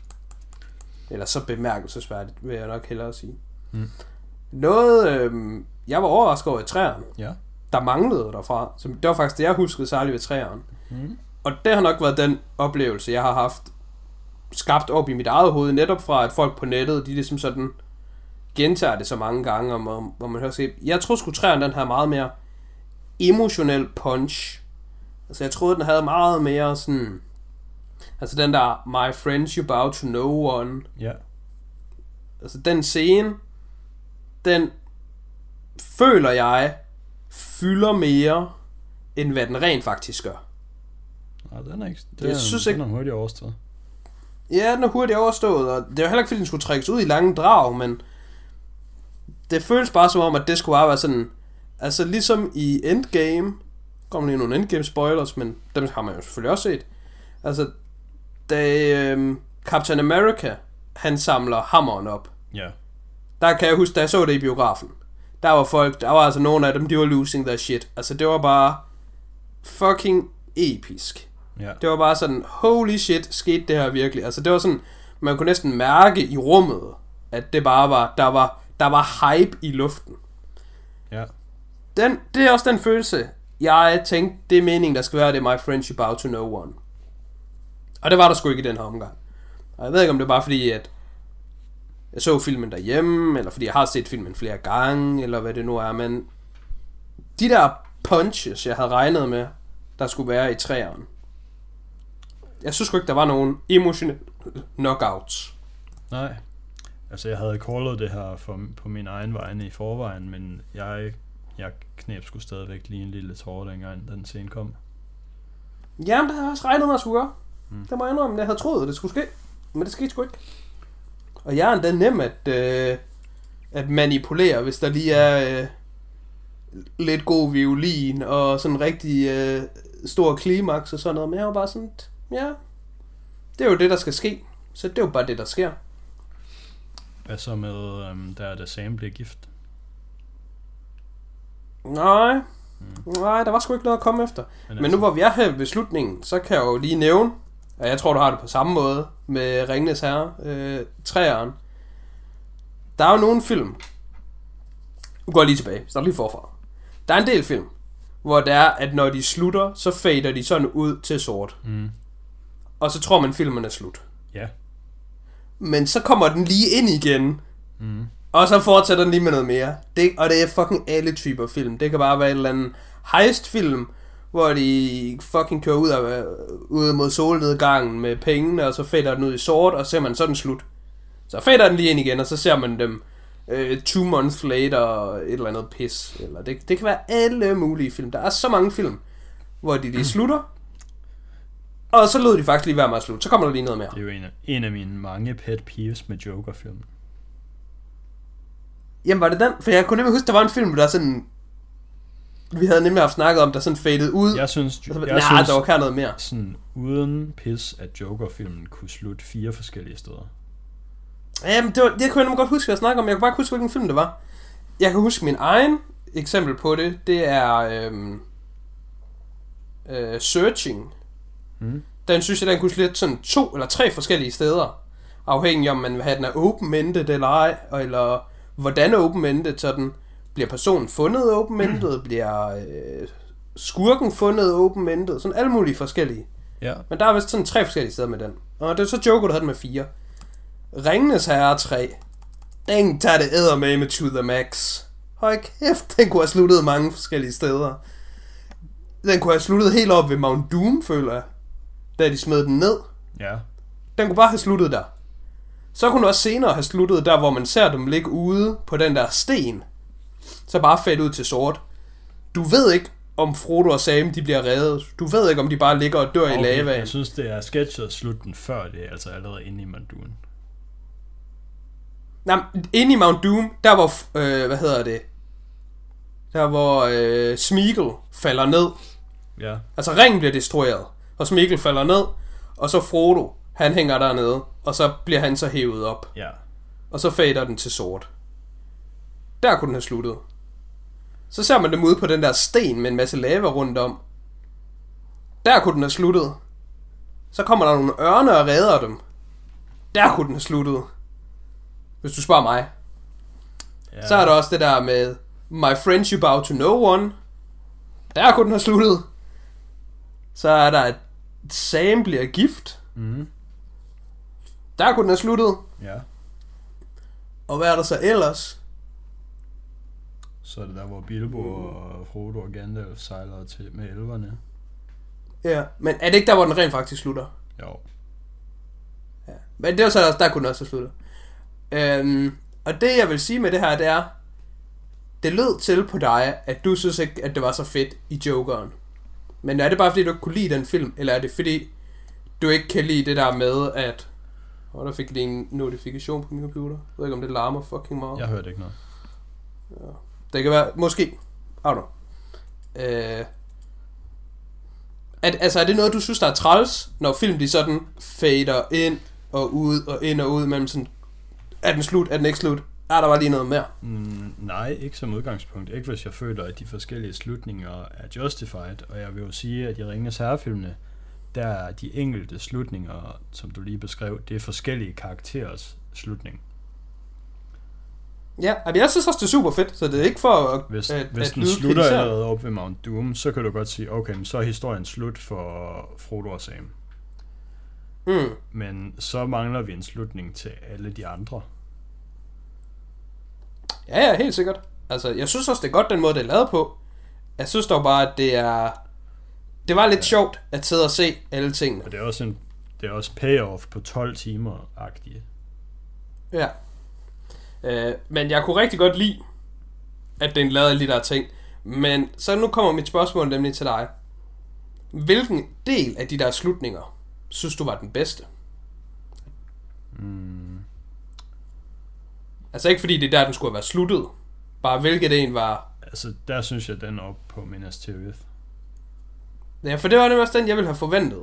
Eller så bemærkelsesværdigt, vil jeg nok hellere sige. Mm. Noget, øh, jeg var overrasket over i træerne. Ja. Der manglede derfra. Så det var faktisk det, jeg huskede særligt ved træerne. Mm. Og det har nok været den oplevelse, jeg har haft skabt op i mit eget hoved, netop fra, at folk på nettet, de ligesom sådan gentager det så mange gange, om, hvor man hører sig. Jeg tror sgu træerne, den her meget mere emotionel punch. Altså jeg troede, den havde meget mere sådan... Altså den der, my friends you bow to no one. Ja. Yeah. Altså den scene, den føler jeg fylder mere, end hvad den rent faktisk gør. Nej, den er ikke... Det jeg er, synes den ikke... er hurtigt overstået. Ja, den er hurtigt overstået, og det er jo heller ikke, fordi den skulle trækkes ud i lange drag, men det føles bare som om, at det skulle bare være sådan, altså ligesom i Endgame, kommer lige nogle Endgame spoilers, men dem har man jo selvfølgelig også set. Altså, da øhm, Captain America, han samler hammeren op. Ja. Yeah. Der kan jeg huske, da jeg så det i biografen. Der var folk, der var altså nogle af dem, de var losing their shit. Altså, det var bare fucking episk. Ja. Yeah. Det var bare sådan, holy shit, skete det her virkelig. Altså, det var sådan, man kunne næsten mærke i rummet, at det bare var, der var, der var hype i luften. Ja. Yeah. Den, det er også den følelse, jeg tænkte, det er meningen, der skal være, det er my friendship out to no one. Og det var der sgu ikke i den her omgang. Og jeg ved ikke, om det er bare fordi, at jeg så filmen derhjemme, eller fordi jeg har set filmen flere gange, eller hvad det nu er, men de der punches, jeg havde regnet med, der skulle være i træerne, jeg synes sgu ikke, der var nogen emotionelle knockouts. Nej. Altså, jeg havde callet det her for, på min egen vegne i forvejen, men jeg, jeg knæb sgu stadigvæk lige en lille tårer, dengang den scene kom. Jamen, det havde jeg også regnet mig at skulle gøre. Mm. Det må jeg indrømme, jeg havde troet, det skulle ske. Men det skete sgu ikke. Og jeg er endda nem at, øh, at manipulere, hvis der lige er øh, lidt god violin, og sådan en rigtig øh, stor klimaks og sådan noget. Men jeg var bare sådan, ja, det er jo det, der skal ske. Så det er jo bare det, der sker. Hvad så med, øhm, der da Sam bliver gift? Nej, mm. nej, der var sgu ikke noget at komme efter. Men, Men altså, nu hvor vi er her ved slutningen, så kan jeg jo lige nævne, og jeg tror, du har det på samme måde med Ringenes Herre, øh, træeren. Der er jo nogle film, nu går jeg lige tilbage, så lige forfra. Der er en del film, hvor det er, at når de slutter, så fader de sådan ud til sort. Mm. Og så tror man, filmen er slut. Ja. Yeah. Men så kommer den lige ind igen. Mm. Og så fortsætter den lige med noget mere. Det, og det er fucking alle typer film. Det kan bare være en eller anden heist-film, hvor de fucking kører ud, af, ud mod solnedgangen med pengene, og så fader den ud i sort, og så ser man sådan slut. Så fader den lige ind igen, og så ser man dem uh, two months later, et eller andet pis. Eller det, det kan være alle mulige film. Der er så mange film, hvor de lige slutter, og så lød de faktisk lige være med at slutte. Så kommer der lige noget mere. Det er jo en af, en af mine mange pet peeves med Joker-film. Jamen var det den? For jeg kunne nemlig huske, der var en film, der sådan... Vi havde nemlig haft snakket om, der sådan faded ud. Jeg synes, så, jeg nej, synes der var kan noget mere. Sådan uden pis, at Joker-filmen kunne slutte fire forskellige steder. Jamen, det, var, det kunne jeg nemlig godt huske, hvad jeg snakkede om. Jeg kunne bare ikke huske, hvilken film det var. Jeg kan huske min egen eksempel på det. Det er... Øhm, øh, Searching. Hmm. Den synes jeg, den kunne slutte sådan to eller tre forskellige steder. Afhængig om man vil have den af open-ended eller ej. Eller hvordan open-ended, så den... Bliver personen fundet open-ended? Bliver øh, skurken fundet open-ended? Sådan alle mulige forskellige. Ja. Men der er vist sådan tre forskellige steder med den. Og det er så Joker, der havde den med fire. Ringenes Herre tre. Den tager det eddermame to the max. Hold kæft, den kunne have sluttet mange forskellige steder. Den kunne have sluttet helt op ved Mount Doom, føler jeg. Da de smed den ned. Ja. Den kunne bare have sluttet der. Så kunne den også senere have sluttet der, hvor man ser dem ligge ude på den der sten. Så bare fedt ud til sort. Du ved ikke, om Frodo og Sam de bliver reddet. Du ved ikke, om de bare ligger og dør okay, i lavaen. Jeg synes, det er sketchet slutten før det, altså allerede inde i Mount Doom. Nej, inde i Mount Doom, der hvor, øh, hvad hedder det? Der hvor øh, Smeagol falder ned. Ja. Altså ringen bliver destrueret, og Smeagol falder ned, og så Frodo, han hænger dernede, og så bliver han så hævet op. Ja. Og så fader den til sort. Der kunne den have sluttet. Så ser man dem ude på den der sten med en masse lava rundt om. Der kunne den have sluttet. Så kommer der nogle ørne og redder dem. Der kunne den have sluttet. Hvis du spørger mig. Ja. Så er der også det der med My friendship out to no one. Der kunne den have sluttet. Så er der et Sam bliver gift. Mm. Der kunne den have sluttet. Ja. Og hvad er der så ellers? Så er det der, hvor Bilbo og Frodo og Gandalf sejler til med elverne. Ja, men er det ikke der, hvor den rent faktisk slutter? Jo. Ja, men det var så også, der kunne den også slutte. Øhm, og det jeg vil sige med det her, det er, det lød til på dig, at du synes ikke, at det var så fedt i Jokeren. Men er det bare fordi, du ikke kunne lide den film, eller er det fordi, du ikke kan lide det der med, at Og der fik lige en notifikation på min computer. Jeg ved ikke, om det larmer fucking meget. Jeg hørte ikke noget. Ja. Det kan være, måske. I don't know. Øh, at, altså, er det noget, du synes, der er træls, når film de sådan fader ind og ud og ind og ud mellem sådan, er den slut, er den ikke slut? Er der var lige noget mere? Mm, nej, ikke som udgangspunkt. Ikke hvis jeg føler, at de forskellige slutninger er justified. Og jeg vil jo sige, at i Ringenes Herre-filmene, der er de enkelte slutninger, som du lige beskrev, det er forskellige karakterers slutning. Ja, jeg synes også, det er super fedt, så det er ikke for at... Hvis, at, hvis at den slutter allerede op ved Mount Doom, så kan du godt sige, okay, men så er historien slut for Frodo og Sam. Mm. Men så mangler vi en slutning til alle de andre. Ja, ja, helt sikkert. Altså, jeg synes også, det er godt, den måde, det er lavet på. Jeg synes dog bare, at det er... Det var lidt ja. sjovt at sidde og se alle tingene. Og det er også en det er også payoff på tolv timer-agtige. Ja. Øh, men jeg kunne rigtig godt lide, at den lavede alle de der ting. Men så nu kommer mit spørgsmål nemlig til dig. Hvilken del af de der slutninger synes du var den bedste? Mm. Altså ikke fordi det er der, den skulle have været sluttet. Bare hvilket en var... Altså der synes jeg, den er op på Minas Tirith. Ja, for det var nemlig også den, jeg ville have forventet.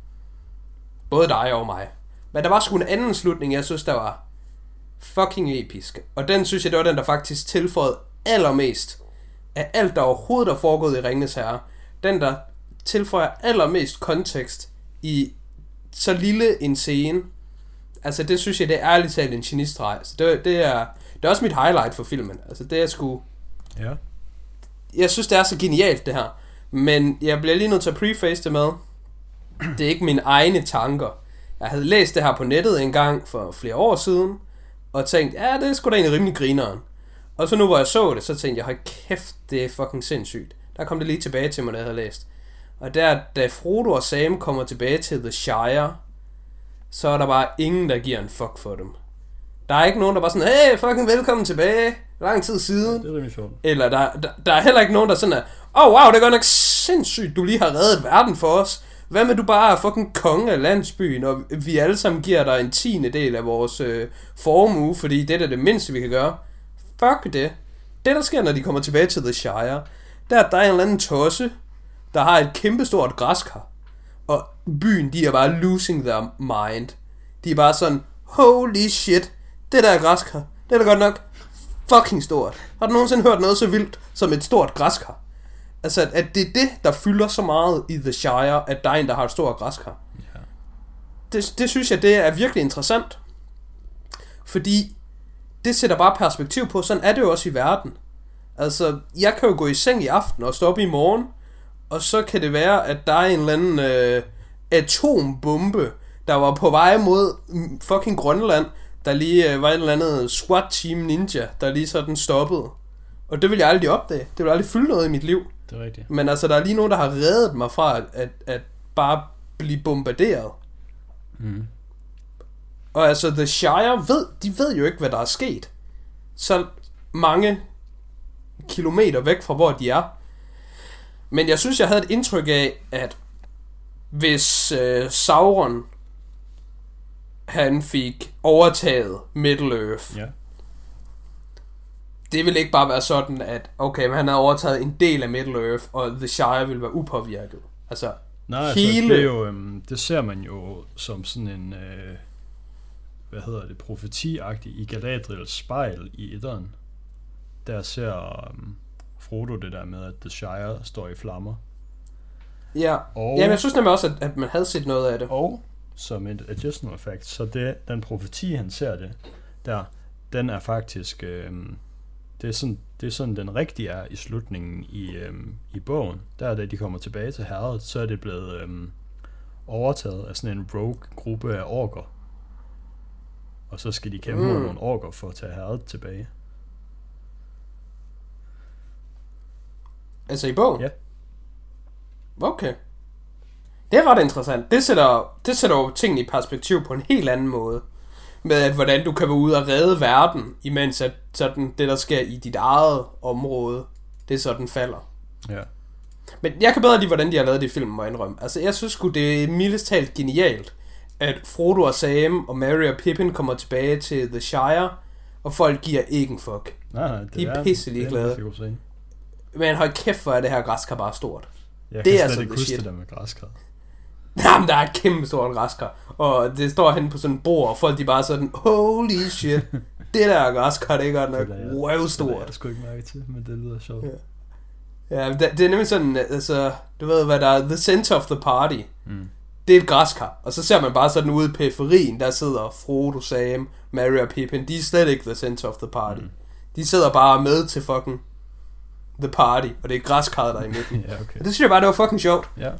Både dig og mig. Men der var sgu en anden slutning, jeg synes, der var fucking episk. Og den synes jeg, det var den, der faktisk tilføjede allermest af alt, der overhovedet er foregået i Ringenes Herre. Den, der tilføjer allermest kontekst i så lille en scene. Altså, det synes jeg, det er ærligt talt en genistreg. Så det, det, er, det er også mit highlight for filmen. Altså, det er sgu... Ja. Jeg synes, det er så genialt, det her. Men jeg bliver lige nødt til at preface det med. Det er ikke mine egne tanker. Jeg havde læst det her på nettet en gang for flere år siden, og tænkt, ja, det er sgu da egentlig rimelig grineren. Og så nu, hvor jeg så det, så tænkte jeg, hold kæft, det er fucking sindssygt. Der kom det lige tilbage til mig, da jeg havde læst. Og der, da Frodo og Sam kommer tilbage til The Shire, så er der bare ingen, der giver en fuck for dem. Der er ikke nogen, der bare sådan, hey, fucking velkommen tilbage, lang tid siden. Ja, det er rimelig sjovt. Eller der, der, der er heller ikke nogen, der sådan er, oh wow, det er godt nok sindssygt, du lige har reddet verden for os. Hvad med du bare er fucking konge af landsbyen, og vi alle sammen giver dig en tiende del af vores øh, formue, fordi det er det mindste, vi kan gøre. Fuck det. Det, der sker, når de kommer tilbage til The Shire, der, der er en eller anden tosse, der har et kæmpestort græskar. Og byen, de er bare losing their mind. De er bare sådan, holy shit, det der græskar, det er da godt nok fucking stort. Har du nogensinde hørt noget så vildt som et stort græskar? Altså, at det er det, der fylder så meget i The Shire, at der er en, der har et stort græskar. Ja. Det, det synes jeg, det er virkelig interessant. Fordi det sætter bare perspektiv på, sådan er det jo også i verden. Altså, jeg kan jo gå i seng i aften og stå op i morgen, og så kan det være, at der er en eller anden øh, atombombe, der var på vej mod fucking Grønland, der lige øh, var en eller andet SWAT Team Ninja, der lige sådan stoppede. Og det vil jeg aldrig opdage. Det vil aldrig fylde noget i mit liv. Det er rigtigt. Men altså, der er lige nogen, der har reddet mig fra at, at, at bare blive bombarderet. Mm. Og altså, The Shire ved, de ved jo ikke, hvad der er sket. Så mange kilometer væk fra, hvor de er. Men jeg synes, jeg havde et indtryk af, at hvis øh, Sauron, han fik overtaget Middle-earth, ja. det ville ikke bare være sådan, at okay, men han havde overtaget en del af Middle-earth, og The Shire ville være upåvirket. Altså, nej, hele... altså, det er jo, øhm, det ser man jo som sådan en, øh, hvad hedder det, profetiagtig i Galadriels spejl i etteren. Der ser øhm, Frodo det der med, at The Shire står i flammer. Ja, og, jamen jeg synes nemlig også, at, at man havde set noget af det. Og som et additional fact, så det, den profeti, han ser det, der, den er faktisk, øh, det, er sådan, det er sådan, den rigtige er i slutningen i, øh, i bogen. Der, da de kommer tilbage til herredet, så er det blevet øh, overtaget af sådan en rogue-gruppe af orker. Og så skal de kæmpe mod mm. nogle orker for at tage herredet tilbage. Altså i bogen? Ja. Okay. Det er ret interessant. Det sætter, det sætter jo tingene i perspektiv på en helt anden måde. Med at hvordan du kan være ude og redde verden, imens at sådan, det der sker i dit eget område, det er sådan falder. Ja. Men jeg kan bedre lide, hvordan de har lavet det i filmen, må jeg indrømme. Altså jeg synes sgu, det er mildest talt genialt, at Frodo og Sam og Merry og Pippin kommer tilbage til The Shire, og folk giver ikke en fuck. Nej, nej, det de er, er pisselig glade. Men hold kæft, hvor er det her græskar bare stort. Jeg det kan er slet altså ikke huske det der med græskar. Jamen, der er et kæmpe stort græskar, og det står henne på sådan et bord, og folk de bare sådan, holy shit, det der græskar, det er godt nok wow stort. Det er jeg sgu ikke mærke til, men det lyder sjovt. Ja. Ja, det er nemlig sådan, altså, du ved hvad der er, the center of the party, mm. det er et græskar, og så ser man bare sådan ude i periferien, der sidder Frodo, Sam, Merry og Pippin, de er slet ikke the center of the party. Mm. De sidder bare med til fucking the party, og det er græskarret der i midten. Ja, okay. Og det synes jeg bare, det var fucking sjovt. Ja.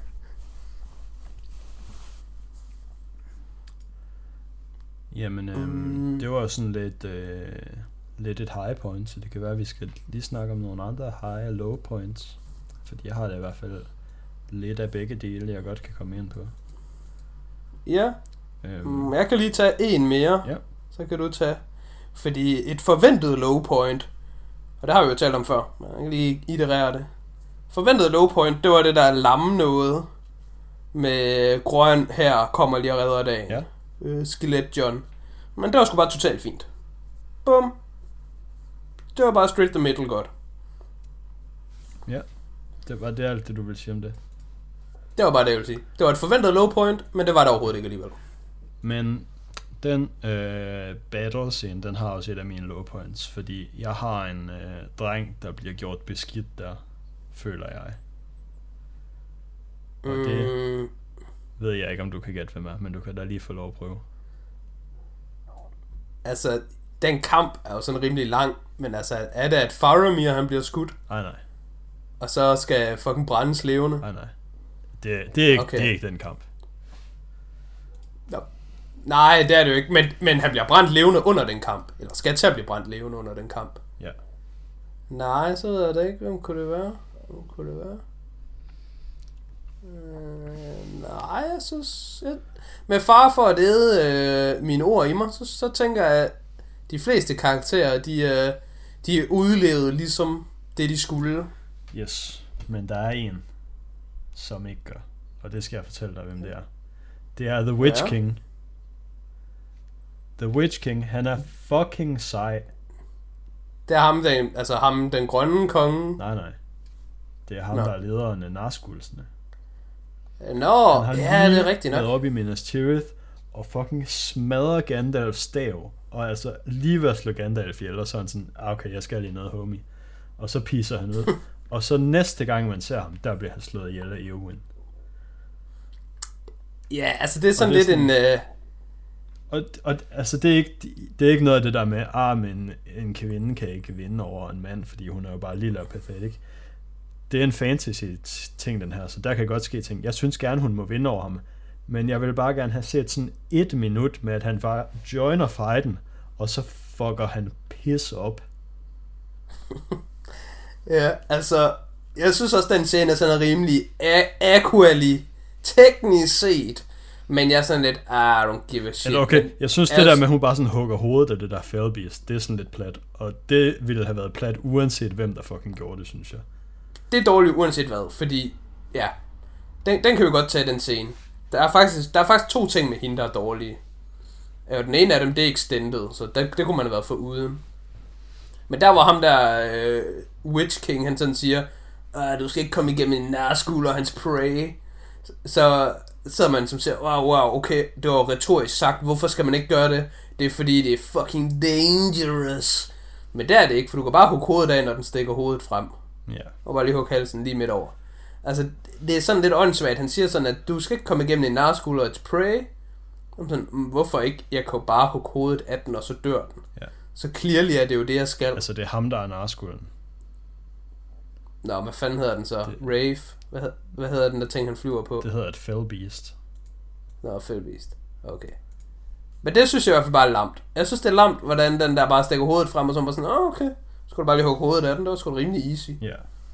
Jamen, øhm, mm. det var sådan lidt, øh, lidt et high point, så det kan være, at vi skal lige snakke om nogle andre high og low points. Fordi jeg har da i hvert fald lidt af begge dele, jeg godt kan komme ind på. Ja, øhm. jeg kan lige tage en mere, ja. Så kan du tage. Fordi et forventet low point, og det har vi jo talt om før, men jeg kan lige iterere det. Forventet low point, det var det der lamme noget med grøn her kommer lige og redder dagen. Ja. Øh, Skelet John. Men det var sgu bare totalt fint. Bum. Det var bare straight the middle godt. Ja, det var det alt det du ville sige om det. Det var bare det jeg ville sige. Det var et forventet low point, men det var det overhovedet ikke alligevel. Men den øh, battle scene, den har også et af mine low points, fordi jeg har en øh, dreng, der bliver gjort beskidt der, føler jeg. Og mm. det ved jeg ikke, om du kan gætte, hvem er, men du kan da lige få lov at prøve. Altså, den kamp er jo sådan rimelig lang, men altså, er det at Faramir, han bliver skudt? Nej, nej. Og så skal fucking brændes levende? Nej, nej. Det, det, er ikke, okay. Det er ikke den kamp. Nå. Nej, det er det jo ikke, men, men han bliver brændt levende under den kamp. Eller skal til at blive brændt levende under den kamp. Ja. Nej, så ved jeg det ikke. Hvem kunne det være? Hvem kunne det være? Øh, nej, jeg synes... Jeg, med far for at æde øh, mine ord i mig, så, så tænker jeg, at de fleste karakterer, de, øh, de er udlevet ligesom det, de skulle. Yes, men der er en, som ikke gør. Og det skal jeg fortælle dig, hvem det er. Det er The Witch ja. King. The Witch King, han er fucking sej. Det er ham, den, altså ham, den grønne konge. Nej, nej. Det er ham, Nå. der er lederen af Nazgulsene. Nå, ja, det er rigtigt nok. Han har op i Minas Tirith og fucking smadrer Gandalfs stav. Og altså lige ved at slå Gandalf ihjel, og så er han sådan, okay, jeg skal lige noget, homie. Og så pisser han ud. Og så næste gang man ser ham, der bliver han slået ihjel af Eowyn. Ja, altså det er sådan det er lidt sådan, en... Uh... Og, og altså det er, ikke, det er ikke noget af det der med, ah, men en kvinde kan ikke vinde over en mand, fordi hun er jo bare lille og pathetic. Det er en fantasy-ting, den her, så der kan godt ske ting. Jeg synes gerne, hun må vinde over ham, men jeg vil bare gerne have set sådan et minut med, at han bare joiner fighten, og så fucker han piss op. Ja, altså, jeg synes også, den scene er sådan rimelig aqually, teknisk set, men jeg er sådan lidt, I don't give a shit. Okay, jeg synes det der med, at hun bare sådan hugger hovedet af det der Fellbeast, det er sådan lidt plat, og det ville have været plat, uanset hvem der fucking gjorde det, synes jeg. Det er dårligt uanset hvad, fordi, ja, den, den kan vi godt tage, den scene. Der er faktisk, der er faktisk to ting med hende, der er dårlige. Og den ene af dem, det er extended, så det, det kunne man have været for uden. Men der var ham der, øh, Witch King, han sådan siger, du skal ikke komme igennem en Nazgul og hans prey. Så sidder man som siger, wow, wow, okay, det var retorisk sagt, hvorfor skal man ikke gøre det? Det er fordi, det er fucking dangerous. Men der er det ikke, for du kan bare hugge hovedet af, når den stikker hovedet frem. Yeah. Og bare lige hugge halsen lige midt over. Altså, det er sådan lidt åndssvagt. Han siger sådan, at du skal ikke komme igennem en Nazgul og et prey. Sådan, hvorfor ikke? Jeg kan jo bare hugge hovedet af den, og så dør den. Yeah. Så clearly er det jo det, jeg skal. Altså, det er ham, der er Nazgulen. Nå, hvad fanden hedder den så? Det... Rave? Hvad, hvad hedder den der ting, han flyver på? Det hedder et Fellbeast. Nå, Fellbeast. Okay. Men det synes jeg i hvert fald bare er lamt. Jeg synes, det er lamt, hvordan den der bare stikker hovedet frem, og så bare sådan, åh, oh, okay. Så skulle du bare lige hugge hovedet af den. Det var sgu rimelig easy. Ja.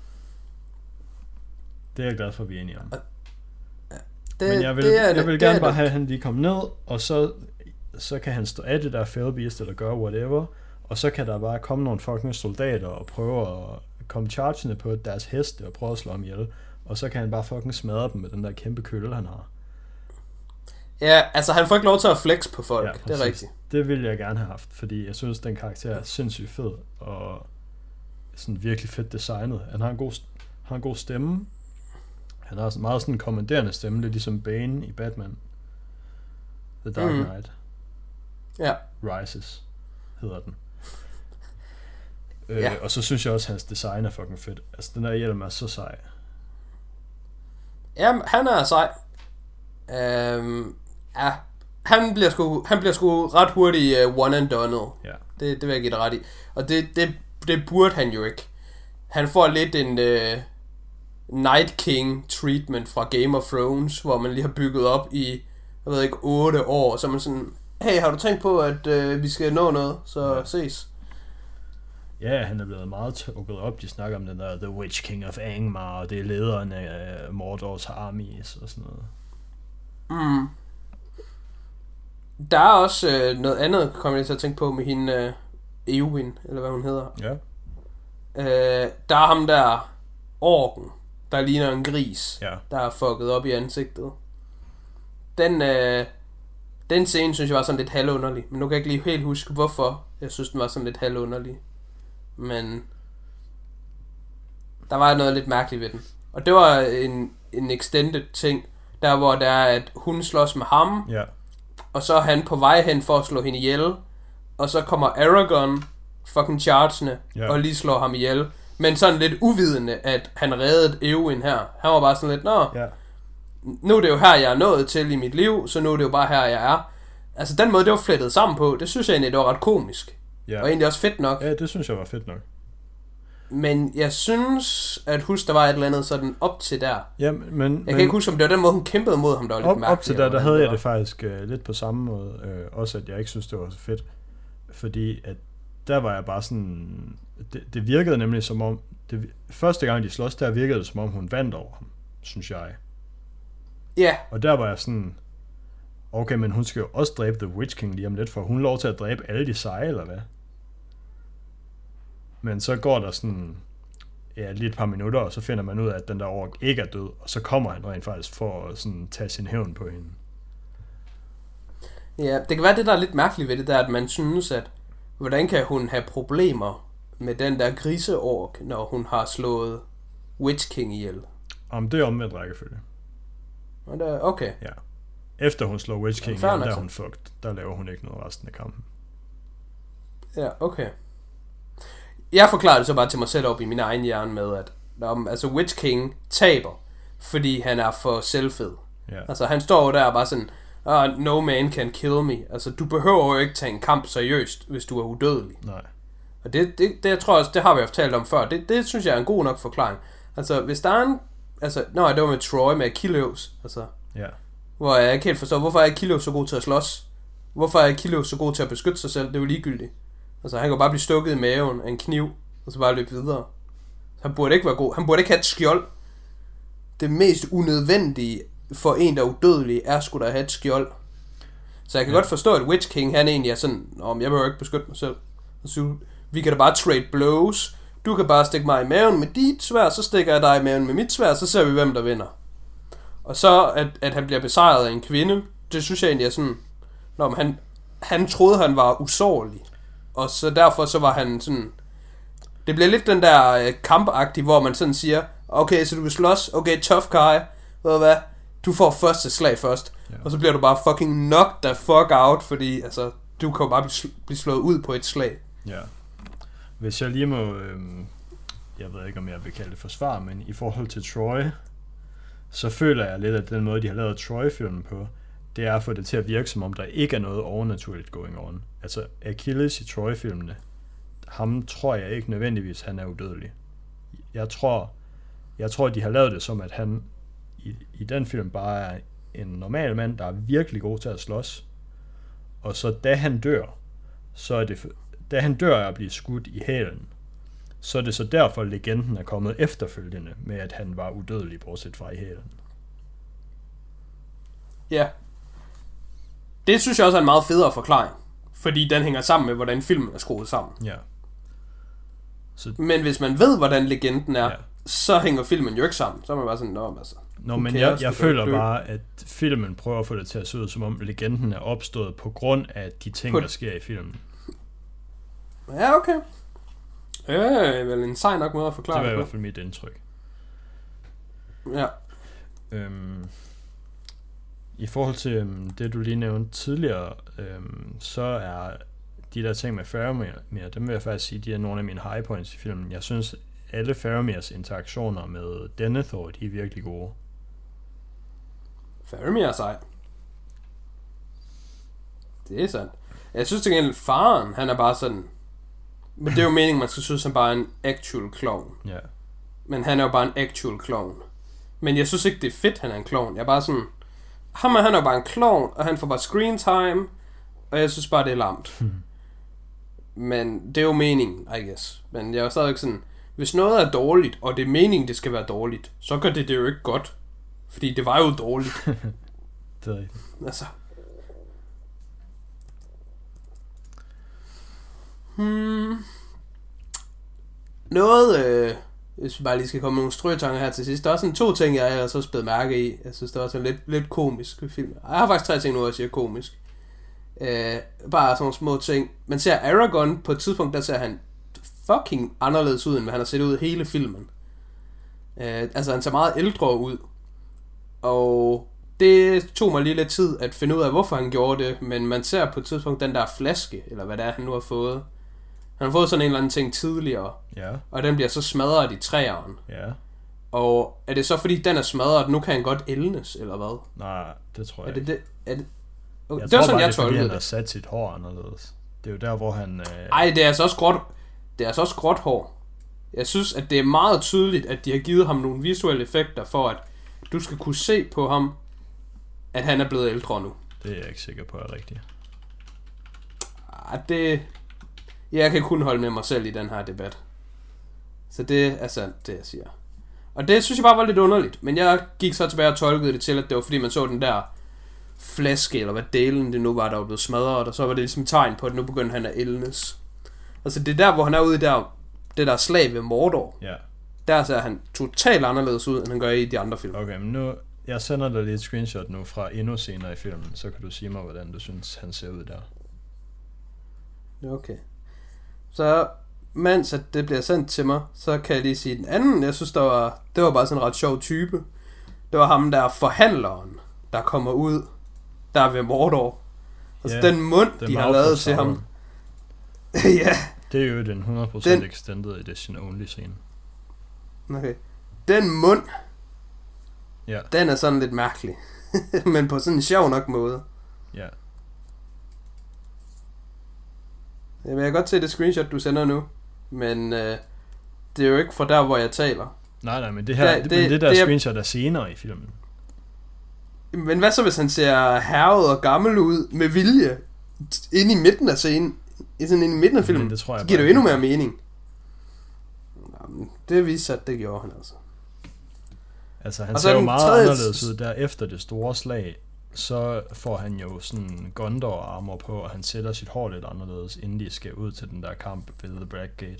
Det er jeg glad for, at vi er enige om. Ja. Det, Men jeg vil, det er, jeg vil det, gerne det bare have, at han lige kommer ned, og så, så kan han stå af det der Fellbeast, eller gøre whatever, og så kan der bare komme nogle fucking soldater og prøve at komme chargende på deres heste og prøve at slå ham ihjel, og så kan han bare fucking smadre dem med den der kæmpe kølle, han har. Ja, altså han får ikke lov til at flex på folk, ja, det er rigtigt. Det ville jeg gerne have haft, fordi jeg synes, den karakter er sindssygt fed, og sådan virkelig fedt designet. Han har en god, har en god stemme. Han har meget sådan en kommanderende stemme, lidt ligesom Bane i Batman. The Dark mm. Knight. Ja. Rises hedder den. Ja. Øh, og så synes jeg også, at hans design er fucking fedt. Altså, den der hjelm er så sej. Ja, han er sej. Øhm, ja, han bliver sgu, han bliver sgu ret hurtigt uh, one and done. Ja. Det, det vil jeg give dig ret i. Og det, det, det burde han jo ikke. Han får lidt en uh, Night King treatment fra Game of Thrones, hvor man lige har bygget op i, jeg ved ikke, otte år. Så man sådan, hey, har du tænkt på, at uh, vi skal nå noget? Så ja. Ses. Ja, han er blevet meget tukket op. De snakker om den der The Witch King of Angmar, og det er lederen af Mordors armies og sådan noget. Mm. Der er også øh, noget andet, kommer jeg til at tænke på med hende, øh, Eowyn, eller hvad hun hedder. Ja. Øh, der er ham der, orken, der ligner en gris, ja. der er fucket op i ansigtet. Den, øh, den scene synes jeg var sådan lidt halvunderlig, men nu kan jeg ikke lige helt huske, hvorfor jeg synes, den var sådan lidt halvunderlig. Men der var noget lidt mærkeligt ved den. Og det var en, en extended ting, der hvor der er, at hun slås med ham, ja. og så er han på vej hen for at slå hende ihjel, og så kommer Aragorn fucking chargende, ja. og lige slår ham ihjel. Men sådan lidt uvidende, at han reddede Eowyn her. Han var bare sådan lidt, nå, ja. nu er det jo her, jeg er nået til i mit liv, så nu er det jo bare her, jeg er. Altså den måde, det var flettet sammen på, det synes jeg egentlig, det var ret komisk. Ja. Og egentlig også fedt nok. Ja, det synes jeg var fedt nok. Men jeg synes, at husk, der var et eller andet sådan op til der. Ja, men, jeg kan men, ikke huske, om det var den måde, hun kæmpede mod ham, der var op, lidt mærkeligt. Op til der, der havde jeg det faktisk uh, lidt på samme måde. Uh, også at jeg ikke synes, det var så fedt. Fordi at der var jeg bare sådan... Det, det virkede nemlig som om... Det, første gang de slås, der virkede det som om, hun vandt over ham, synes jeg. Ja. Yeah. Og der var jeg sådan... Okay, men hun skal jo også dræbe The Witch King lige om lidt, for hun lov til at dræbe alle de seje, eller hvad? Men så går der sådan... Ja, lige et par minutter, og så finder man ud af, at den der ork ikke er død, og så kommer han rent faktisk for at sådan tage sin hævn på hende. Ja, det kan være det, der er lidt mærkeligt ved det der, at man synes, at hvordan kan hun have problemer med den der griseork, når hun har slået Witch King ihjel? Om det er omvendt rækkefølge. Okay. Ja. Efter hun slår Witch King ihjel, der er hun fucked. Der laver hun ikke noget resten af kampen. Ja, okay. Jeg forklarer det så bare til mig selv op i min egen hjerne med, at om, altså Witch King taber, fordi han er for selvfed. Yeah. Altså han står der og bare sådan, oh, no man can kill me. Altså du behøver jo ikke tage en kamp seriøst, hvis du er udødelig. Nej. Og det, det, det jeg tror også, det har vi jo talt om før. Det, det synes jeg er en god nok forklaring. Altså hvis der er en, altså, nå, det var med Troy med Achilles, altså. Ja. Yeah. Hvor jeg ikke helt forstår, hvorfor er Achilles så god til at slås? Hvorfor er Achilles så god til at beskytte sig selv? Det er jo ligegyldigt. Altså han kan bare blive stukket i maven af en kniv, og så bare løbe videre. Så han burde ikke være god. Han burde ikke have et skjold. Det mest unødvendige for en, der er udødelig, er sgu da have et skjold. Så jeg kan ja. godt forstå, at Witch King, han egentlig er sådan, om jeg behøver ikke beskytte mig selv. Så vi kan da bare trade blows. Du kan bare stikke mig i maven med dit sværd, så stikker jeg dig i maven med mit sværd, så ser vi, hvem der vinder. Og så, at, at han bliver besejret af en kvinde, det synes jeg egentlig er sådan, når han, han troede, han var usårlig. Og så derfor så var han sådan... Det bliver lidt den der øh, kampagtige, hvor man sådan siger, okay, så du vil slås, okay, tough guy, ved du hvad, du får første slag først, ja. Og så bliver du bare fucking knocked the fuck out, fordi altså, du kan jo bare blive, blive slået ud på et slag. Ja. Hvis jeg lige må, øh, jeg ved ikke om jeg vil kalde det forsvar, men i forhold til Troy, så føler jeg lidt, at den måde, de har lavet Troy-filmen på, det er at få det til at virke, som om der ikke er noget overnaturligt going on. Altså, Achilles i Troy-filmene, ham tror jeg ikke nødvendigvis, han er udødelig. Jeg tror, jeg tror, de har lavet det som, at han i, i den film bare er en normal mand, der er virkelig god til at slås. Og så da han dør, så er det, da han dør af at blive skudt i hælen, så er det så derfor, legenden er kommet efterfølgende med, at han var udødelig, bortset fra i hælen. Ja. Det synes jeg også er en meget federe forklaring. Fordi den hænger sammen med, hvordan filmen er skruet sammen. Ja. Så... Men hvis man ved, hvordan legenden er, ja. Så hænger filmen jo ikke sammen. Så er man bare sådan, nå, altså. Nå, men jeg, jeg føler bare, at filmen prøver at få det til at se ud, som om legenden er opstået på grund af de ting, på... der sker i filmen. Ja, okay. Øh, vel en sej nok måde at forklare det. Det var i hvert fald mit indtryk. Ja. Øhm, I forhold til øhm, det, du lige nævnte tidligere, øhm, så er de der ting med Faramir, dem vil jeg faktisk sige, de er nogle af mine high points i filmen. Jeg synes, alle Faramirs interaktioner med Denethor, de er virkelig gode. Faramir er sej. Det er sandt. Jeg synes til gengæld, faren, han er bare sådan... Men det er jo meningen, man skal synes, han bare er en actual clown. Ja. Yeah. Men han er jo bare en actual clown. Men jeg synes ikke, det er fedt, han er en clown. Jeg er bare sådan... Ham han er bare en clown, og han får bare screen time, og jeg synes bare, det er lamt. Men det er jo meningen, I guess. Men jeg er stadig sådan... Hvis noget er dårligt, og det er meningen, det skal være dårligt, så gør det det jo ikke godt. Fordi det var jo dårligt. Det er rigtigt. Altså... Hmm. Noget, øh, hvis vi bare lige skal komme med nogle strøtanker her til sidst. Der er sådan to ting, jeg har så spillet mærke i. Jeg synes, det var sådan lidt, lidt komisk film. Jeg har faktisk tre ting nu, jeg siger komisk. Øh, bare sådan nogle små ting. Man ser Aragorn på et tidspunkt, der ser han fucking anderledes ud, end han har set ud hele filmen. Øh, altså, han ser meget ældre ud. Og det tog mig lige lidt tid at finde ud af, hvorfor han gjorde det. Men man ser på et tidspunkt den der flaske, eller hvad det er, han nu har fået. Han har fået sådan en eller anden ting tidligere. Ja. Og den bliver så smadret i træerne. Ja. Og er det så fordi den er smadret, nu kan han godt ælnes, eller hvad? Nej, det tror jeg er det, det, er det, okay. Jeg det tror sådan, bare, jeg det er fordi, han har sat sit hår anderledes. Det er jo der, hvor han... Øh... Ej, det er altså også gråt. Det er altså også gråt hår. Jeg synes, at det er meget tydeligt, at de har givet ham nogle visuelle effekter, for at du skal kunne se på ham, at han er blevet ældre nu. Det er jeg ikke sikker på er rigtigt. Ah, det... Jeg kan kun holde med mig selv i den her debat. Så det er sandt, det jeg siger. Og det synes jeg bare var lidt underligt. Men jeg gik så tilbage og tolkede det til, at det var fordi man så den der flaske, eller hvad delen det nu var, der var blevet smadret. Og så var det ligesom tegn på, at nu begyndte han at ælnes. Altså det er der, hvor han er ude i der, det der slag ved Mordor. Ja. Der ser han totalt anderledes ud, end han gør i de andre film. Okay, men nu... Jeg sender dig lige et screenshot nu fra endnu senere i filmen, så kan du sige mig, hvordan du synes, han ser ud der. Okay. Så mens at det bliver sendt til mig, så kan jeg lige sige den anden. Jeg synes, der var, det var bare sådan en ret sjov type. Det var ham der forhandleren, der kommer ud, der ved Mordor. Altså yeah, den mund, de har lavet til ham. Ja. Det er jo den hundrede procent den... extended edition only scene. Okay. Den mund, ja. Den er sådan lidt mærkelig. Men på sådan en sjov nok måde. Ja. Jeg vil godt se det screenshot, du sender nu. Men øh, det er jo ikke fra der, hvor jeg taler. Nej, nej, men det her, det, det, men det der det screenshot er senere i filmen. Men hvad så, hvis han ser hervet og gammel ud med vilje inde i midten af scenen? Sådan inde i midten af filmen? Det tror jeg så giver det jo endnu mere mening. Jamen, det viser at det gjorde han altså. Altså, han ser jo meget tredje... anderledes ud der efter det store slag. Så får han jo sådan Gondor-armor på, og han sætter sit hår lidt anderledes, inden de skal ud til den der kamp ved The Blackgate.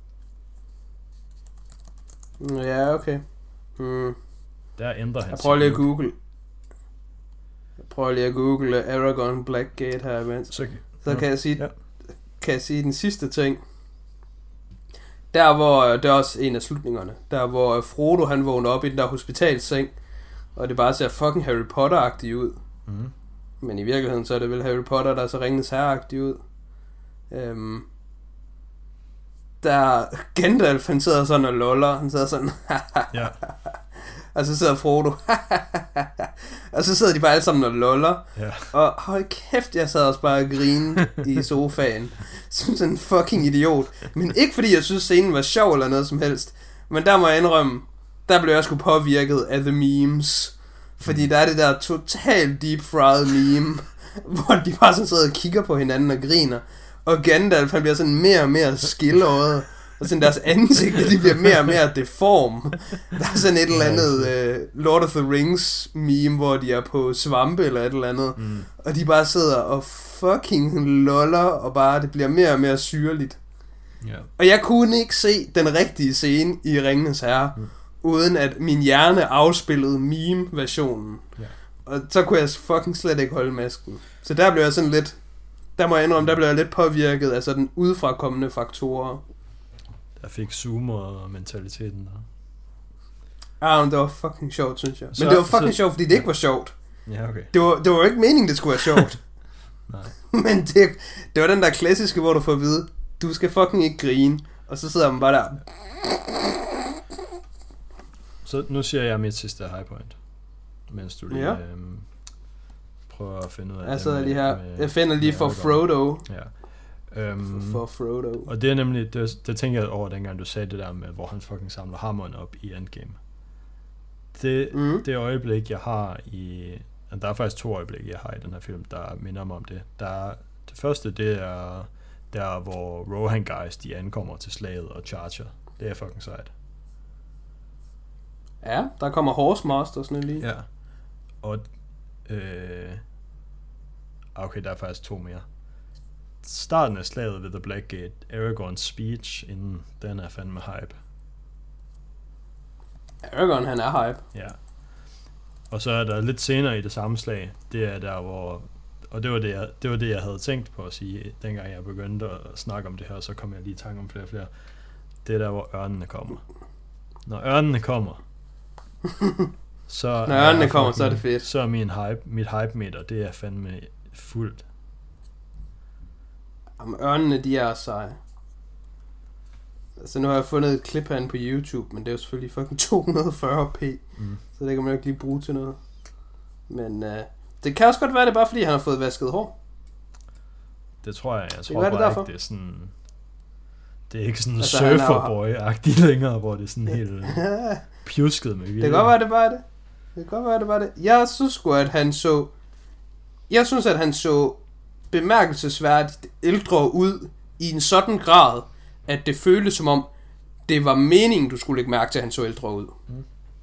Ja, okay. Hmm. Der ændrer han. Jeg prøver lige at google. Jeg prøver lige at google Aragorn Blackgate her imens. Så, så kan jeg sige, ja. kan jeg sige den sidste ting. Der hvor, det er også en af slutningerne, der hvor Frodo han vågner op i den der hospitalseng, og det bare ser fucking Harry Potter-agtigt ud. Mm. Men i virkeligheden så er det vel Harry Potter, der så Ringenes Herre-agtigt ud. Øhm, der Gandalf, han sidder sådan og loller, han sidder sådan, ja. Og så sidder Frodo, og så sidder de bare alle sammen og loller. Ja. Og hold kæft, jeg sad også bare og grinede i sofaen, som sådan en fucking idiot. Men ikke fordi jeg synes scenen var sjov eller noget som helst, men der må jeg indrømme, der blev jeg sgu påvirket af the memes. Fordi der er det der totalt deep fried meme, hvor de bare sådan sidder og kigger på hinanden og griner. Og Gandalf, han bliver sådan mere og mere skildret. Og sådan deres ansigter, de bliver mere og mere deform. Der er sådan et eller andet uh, Lord of the Rings meme, hvor de er på svampe eller et eller andet. Mm. Og de bare sidder og fucking loller, og bare det bliver mere og mere syrligt. Yeah. Og jeg kunne ikke se den rigtige scene i Ringenes Herre. Mm. uden at min hjerne afspillede meme-versionen. Ja. Og så kunne jeg fucking slet ikke holde masken. Så der blev jeg sådan lidt, der må jeg indrømme, der blev jeg lidt påvirket af sådan udefrakommende faktorer. Der fik zoomer mentaliteten der. Ja, men det var fucking sjovt, synes jeg. Men så, det var fucking så, sjovt, fordi det ikke var sjovt. Ja, okay. Det var, det var jo ikke meningen, det skulle være sjovt. Nej. Men det, det var den der klassiske, hvor du får at vide, du skal fucking ikke grine. Og så sidder man bare der. Så nu siger jeg mit sidste high point. Mens du lige ja. øhm, prøver at finde ud af altså, det. Med, her, med, jeg finder lige for Frodo. Ja. Øhm, for, for Frodo. Og det er nemlig, det, det tænker jeg over dengang du sagde det der med, hvor han fucking samler hammeren op i Endgame. Det, mm. det øjeblik, jeg har i... Der er faktisk to øjeblikke, jeg har i den her film, der minder mig om det. Der er, det første, det er der, hvor Rohan Guys, de ankommer til slaget og charger. Det er fucking sejt. Ja, der kommer Horse Masters nu lige. Ja. Og... Øh, okay, der er faktisk to mere. Starten af slaget ved The Blackgate, Aragorns speech inden, den er fandme hype. Aragorn, han er hype. Ja. Og så er der lidt senere i det samme slag, det er der, hvor... Og det var det, jeg, det var det, jeg havde tænkt på at sige, dengang jeg begyndte at snakke om det her, og så kom jeg lige i tanke om flere og flere. Det er der, hvor ørnene kommer. Når ørnene kommer, så... Når ørnene kommer, så er det fedt. Så er min hype, mit hype-meter, det er fandme fuldt. Jamen, ørnene, de er seje. Altså, nu har jeg fundet et klip herinde på YouTube, men det er jo selvfølgelig fucking to hundrede og fyrre p. Mm. Så det kan man jo ikke lige bruge til noget. Men uh, det kan også godt være, det bare fordi, han har fået vasket hår. Det tror jeg. Jeg tror bare ikke, det er sådan... Det er ikke sådan altså, surferboy-agtigt længere, hvor det er sådan helt pjusket med vilje. Det kan godt være, det bare det. Det kan godt være, det bare det. Jeg synes sgu, at han så... Jeg synes, at han så bemærkelsesværdigt ældre ud i en sådan grad, at det føltes som om, det var meningen, du skulle lægge mærke til, at han så ældre ud. Mm.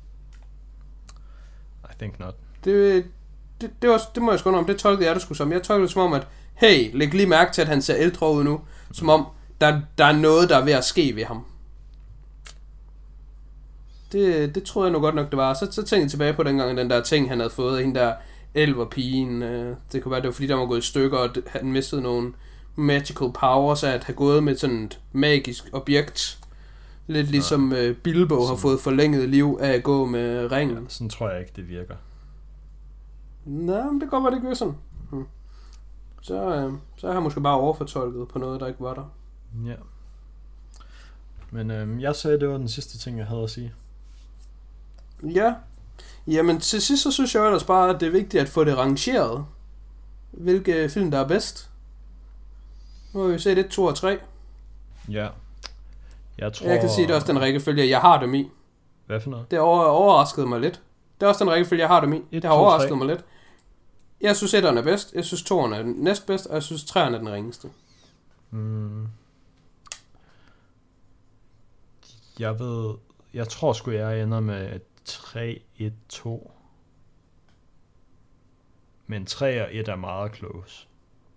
I think not. Det, det, det, var, det må jeg sgu om, det tolkede jeg det sgu som. Jeg tolkede det som om, at hey, læg lige mærke til, at han ser ældre ud nu. Mm. Som om, der, der er noget, der er ved at ske ved ham. Det, det troede jeg nu godt nok, det var. Så, så tænkte jeg tilbage på dengang, den der ting, han havde fået af hende der elverpigen. Det kunne være, det var fordi, der var gået i stykker, og han mistede nogle magical powers af at have gået med sådan et magisk objekt. Lidt ligesom uh, Bilbo sådan har fået forlænget liv af at gå med ringen. Ja, sådan tror jeg ikke, det virker. Nej, men det kan godt være, det gør sådan. Hmm. Så, uh, så har jeg måske bare overfortolket på noget, der ikke var der. Ja. Men øh, jeg sagde, det var den sidste ting, jeg havde at sige. Ja. Jamen til sidst, så synes jeg ellers bare, at det er vigtigt at få det rangeret. Hvilke film, der er bedst. Nu har vi set et, to og tre. Ja. Jeg tror... Jeg kan sige, det er også den rækkefølge, jeg har dem i. Hvad for noget? Det over, overraskede mig lidt. Det er også den rækkefølge, jeg har dem i. Et, det har overrasket tre. mig lidt. Jeg synes, etteren er bedst. Jeg synes, toeren er næstbedst. Og jeg synes, treeren er den ringeste. Hmm. Jeg ved... Jeg tror sgu, jeg ender med tre, et, to. Men tre og et er meget close.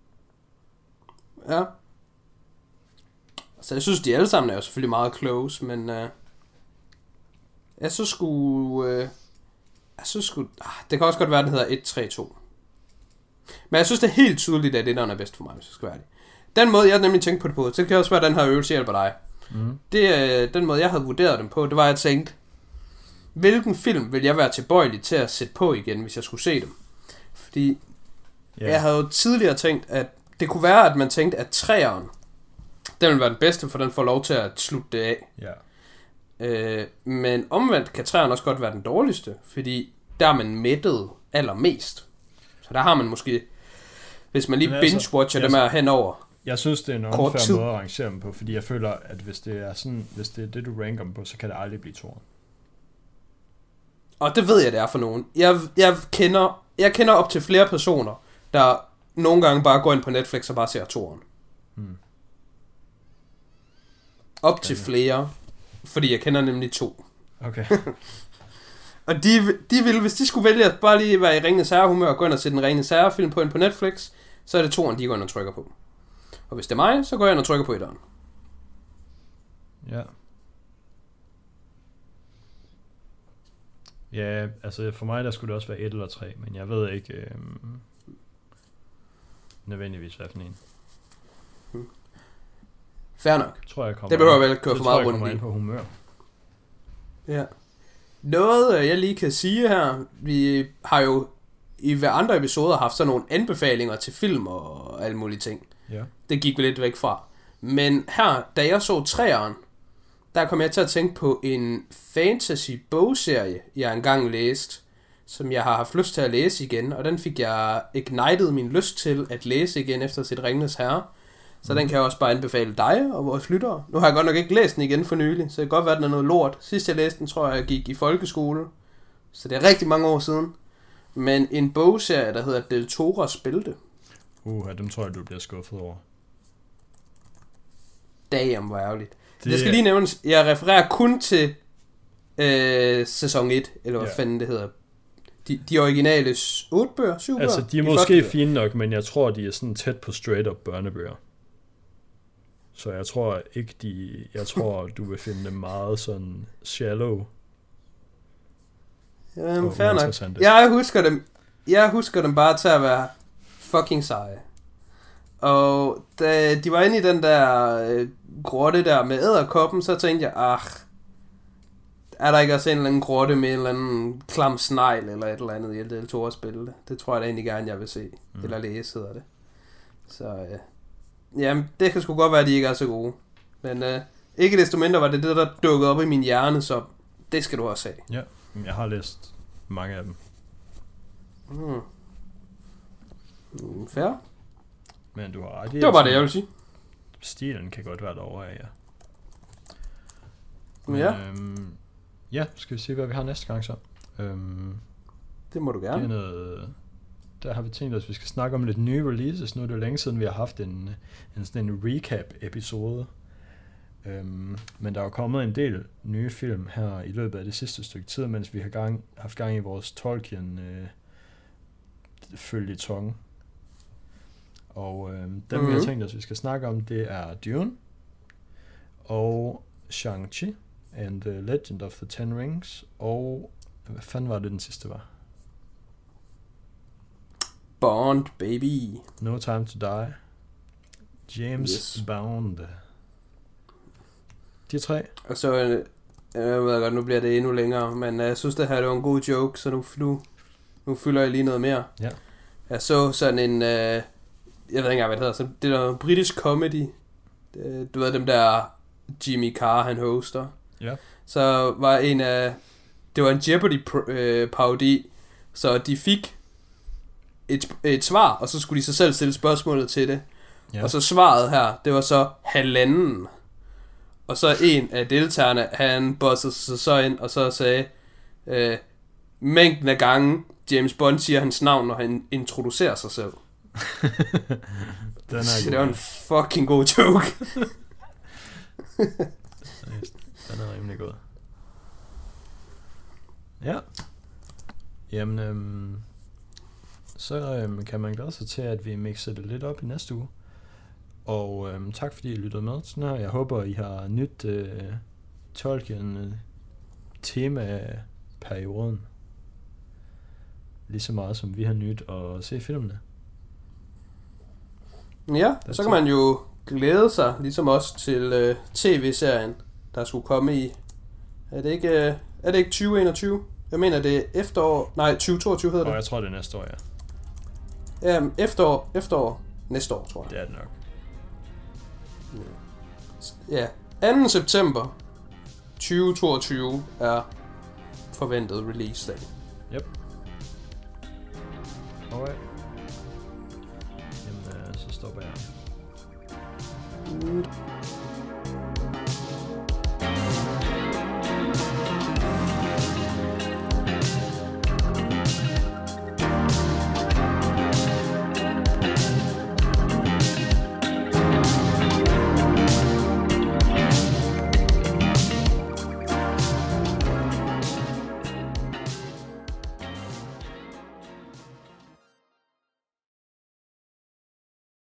Ja. Altså, jeg synes, de alle sammen er jo selvfølgelig meget close, men... Uh, jeg synes sgu... Uh, jeg synes sgu... Uh, det kan også godt være, den hedder et tre to. Men jeg synes, det er helt tydeligt, at det er bedst for mig, hvis jeg skal være det. Den måde, jeg nemlig tænkte på det på, så kan også være, at den her øvelse hjælper dig. Mm. Det, uh, den måde, jeg havde vurderet dem på, det var, at jeg tænkte, hvilken film vil jeg være tilbøjelig til at sætte på igen, hvis jeg skulle se dem? Fordi yeah. jeg havde jo tidligere tænkt, at det kunne være, at man tænkte, at treeren, den vil være den bedste, for den får lov til at slutte det af. Yeah. Øh, men omvendt kan treeren også godt være den dårligste, fordi der er man mættet allermest. Så der har man måske, hvis man lige binge-watcher altså, dem her henover. Jeg synes, det er en unfair måde at arrangere dem på, fordi jeg føler, at hvis det er sådan, hvis det er det, du ranker dem på, så kan det aldrig blive toeren. Og det ved jeg, det er for nogen. Jeg, jeg, kender, jeg kender op til flere personer, der nogle gange bare går ind på Netflix og bare ser toeren. Hmm. Op til flere, fordi jeg kender nemlig to. Okay. Og de, de vil, hvis de skulle vælge at bare lige være i Ringenes Herre-humør og gå ind og se den Ringenes Herre-film på, på Netflix, så er det toeren, de går ind og trykker på. Og hvis det er mig, så går jeg ind og trykker på etteren. Ja. Ja, altså for mig der skulle det også være et eller tre, men jeg ved ikke øh, nødvendigvis hvad for en. Hmm. Fair nok. Tror jeg kommer det behøver vel ikke køre for meget rundt i. Det tror jeg kommer ind på humør. Ja. Noget jeg lige kan sige her, vi har jo i hver andre episoder haft sådan nogle anbefalinger til film og alle mulige ting. Ja. Det gik vi lidt væk fra. Men her, da jeg så træeren, der kom jeg til at tænke på en fantasy-bogserie, jeg engang læste, som jeg har haft lyst til at læse igen, og den fik jeg ignited min lyst til at læse igen efter sit Ringenes Herre. Så mm. den kan jeg også bare anbefale dig og vores lyttere. Nu har jeg godt nok ikke læst den igen for nylig, så det kan godt være, at den er noget lort. Sidst jeg læste den, tror jeg, jeg gik i folkeskole, så det er rigtig mange år siden. Men en bogserie, der hedder Del Toras Bælte. Uh, dem tror jeg, du bliver skuffet over. Damn, hvor ærgerligt. Det... Jeg skal lige nævne, jeg refererer kun til øh, sæson et, eller hvad ja. fanden det hedder. De, de originale otte bøger, syv bøger. Altså, de er de måske fine nok, men jeg tror, de er sådan tæt på straight-up børnebøger. Så jeg tror ikke, de... Jeg tror, du vil finde dem meget sådan shallow. Jamen, fair nok. Jeg husker dem, jeg husker dem bare til at være fucking seje. Og da de var inde i den der øh, grotte der med edderkoppen, så tænkte jeg, ach, er der ikke også en eller anden grotte med en eller anden klam snegl eller et eller andet i Del Toras Bælte? Det tror jeg da egentlig gerne, jeg vil se. Mm. Eller læse, hedder det. Så øh, jamen, det kan sgu godt være, at de ikke er så gode. Men øh, ikke desto mindre var det det, der dukkede op i min hjerne, så det skal du også have. Ja, jeg har læst mange af dem. Mm. Mm, fair. Men du har ret. Det var bare det, jeg ville sige. Stilen kan godt være derovre af, ja. Men, ja. Øhm, ja, skal vi se, hvad vi har næste gang så. Øhm, det må du gerne. Det er noget, der har vi tænkt os, at vi skal snakke om lidt nye releases. Nu er det længe siden, vi har haft en, en, sådan en recap-episode. Øhm, men der er jo kommet en del nye film her i løbet af det sidste stykke tid, mens vi har gang, haft gang i vores Tolkien øh, følgetong. Og øh, dem mm-hmm. vi har tænkt os, vi skal snakke om, det er Dune og Shang-Chi and the Legend of the Ten Rings, og hvad fanden var det den sidste var? Bond, baby. No Time to Die. James yes. Bond. De tre. Og så, øh, jeg ved godt, nu bliver det endnu længere, men jeg synes, det her det var en god joke, så nu, nu, nu fylder jeg lige noget mere. Ja. Jeg så sådan en, øh, jeg ved ikke engang, hvad det hedder, så det der britisk comedy. Det, du ved, dem der Jimmy Carr, han hoster. Ja. Så var en af, det var en Jeopardy-parodi, så de fik et, et svar, og så skulle de så selv stille spørgsmålet til det. Ja. Og så svaret her, det var så halvanden. Og så en af deltagerne, han bossede sig så ind, og så sagde, øh, mængden af gange, James Bond siger hans navn, når han introducerer sig selv. Den er så det var en fucking god joke. Den er rimelig god. Ja. Jamen, øhm, så øhm, kan man glæde sig til, at vi mixer det lidt op i næste uge. Og øhm, tak fordi I lyttede med til den her. Jeg håber, I har nyt øh, Tolkien tema-perioden. Lige så meget, som vi har nyt at se filmene. Ja, så kan man jo glæde sig, ligesom også til øh, tv-serien, der skulle komme i... Er det ikke, øh, er det ikke tyve enogtyve? Jeg mener, det er efterår... Nej, tyve toogtyve hedder det. Og jeg tror, det er næste år, ja. Ja, efterår, efterår næste år, tror jeg. Det er det nok. Ja, anden september tyve toogtyve er forventet release dag. Yep. Alright. Jamen, øh, så stopper jeg.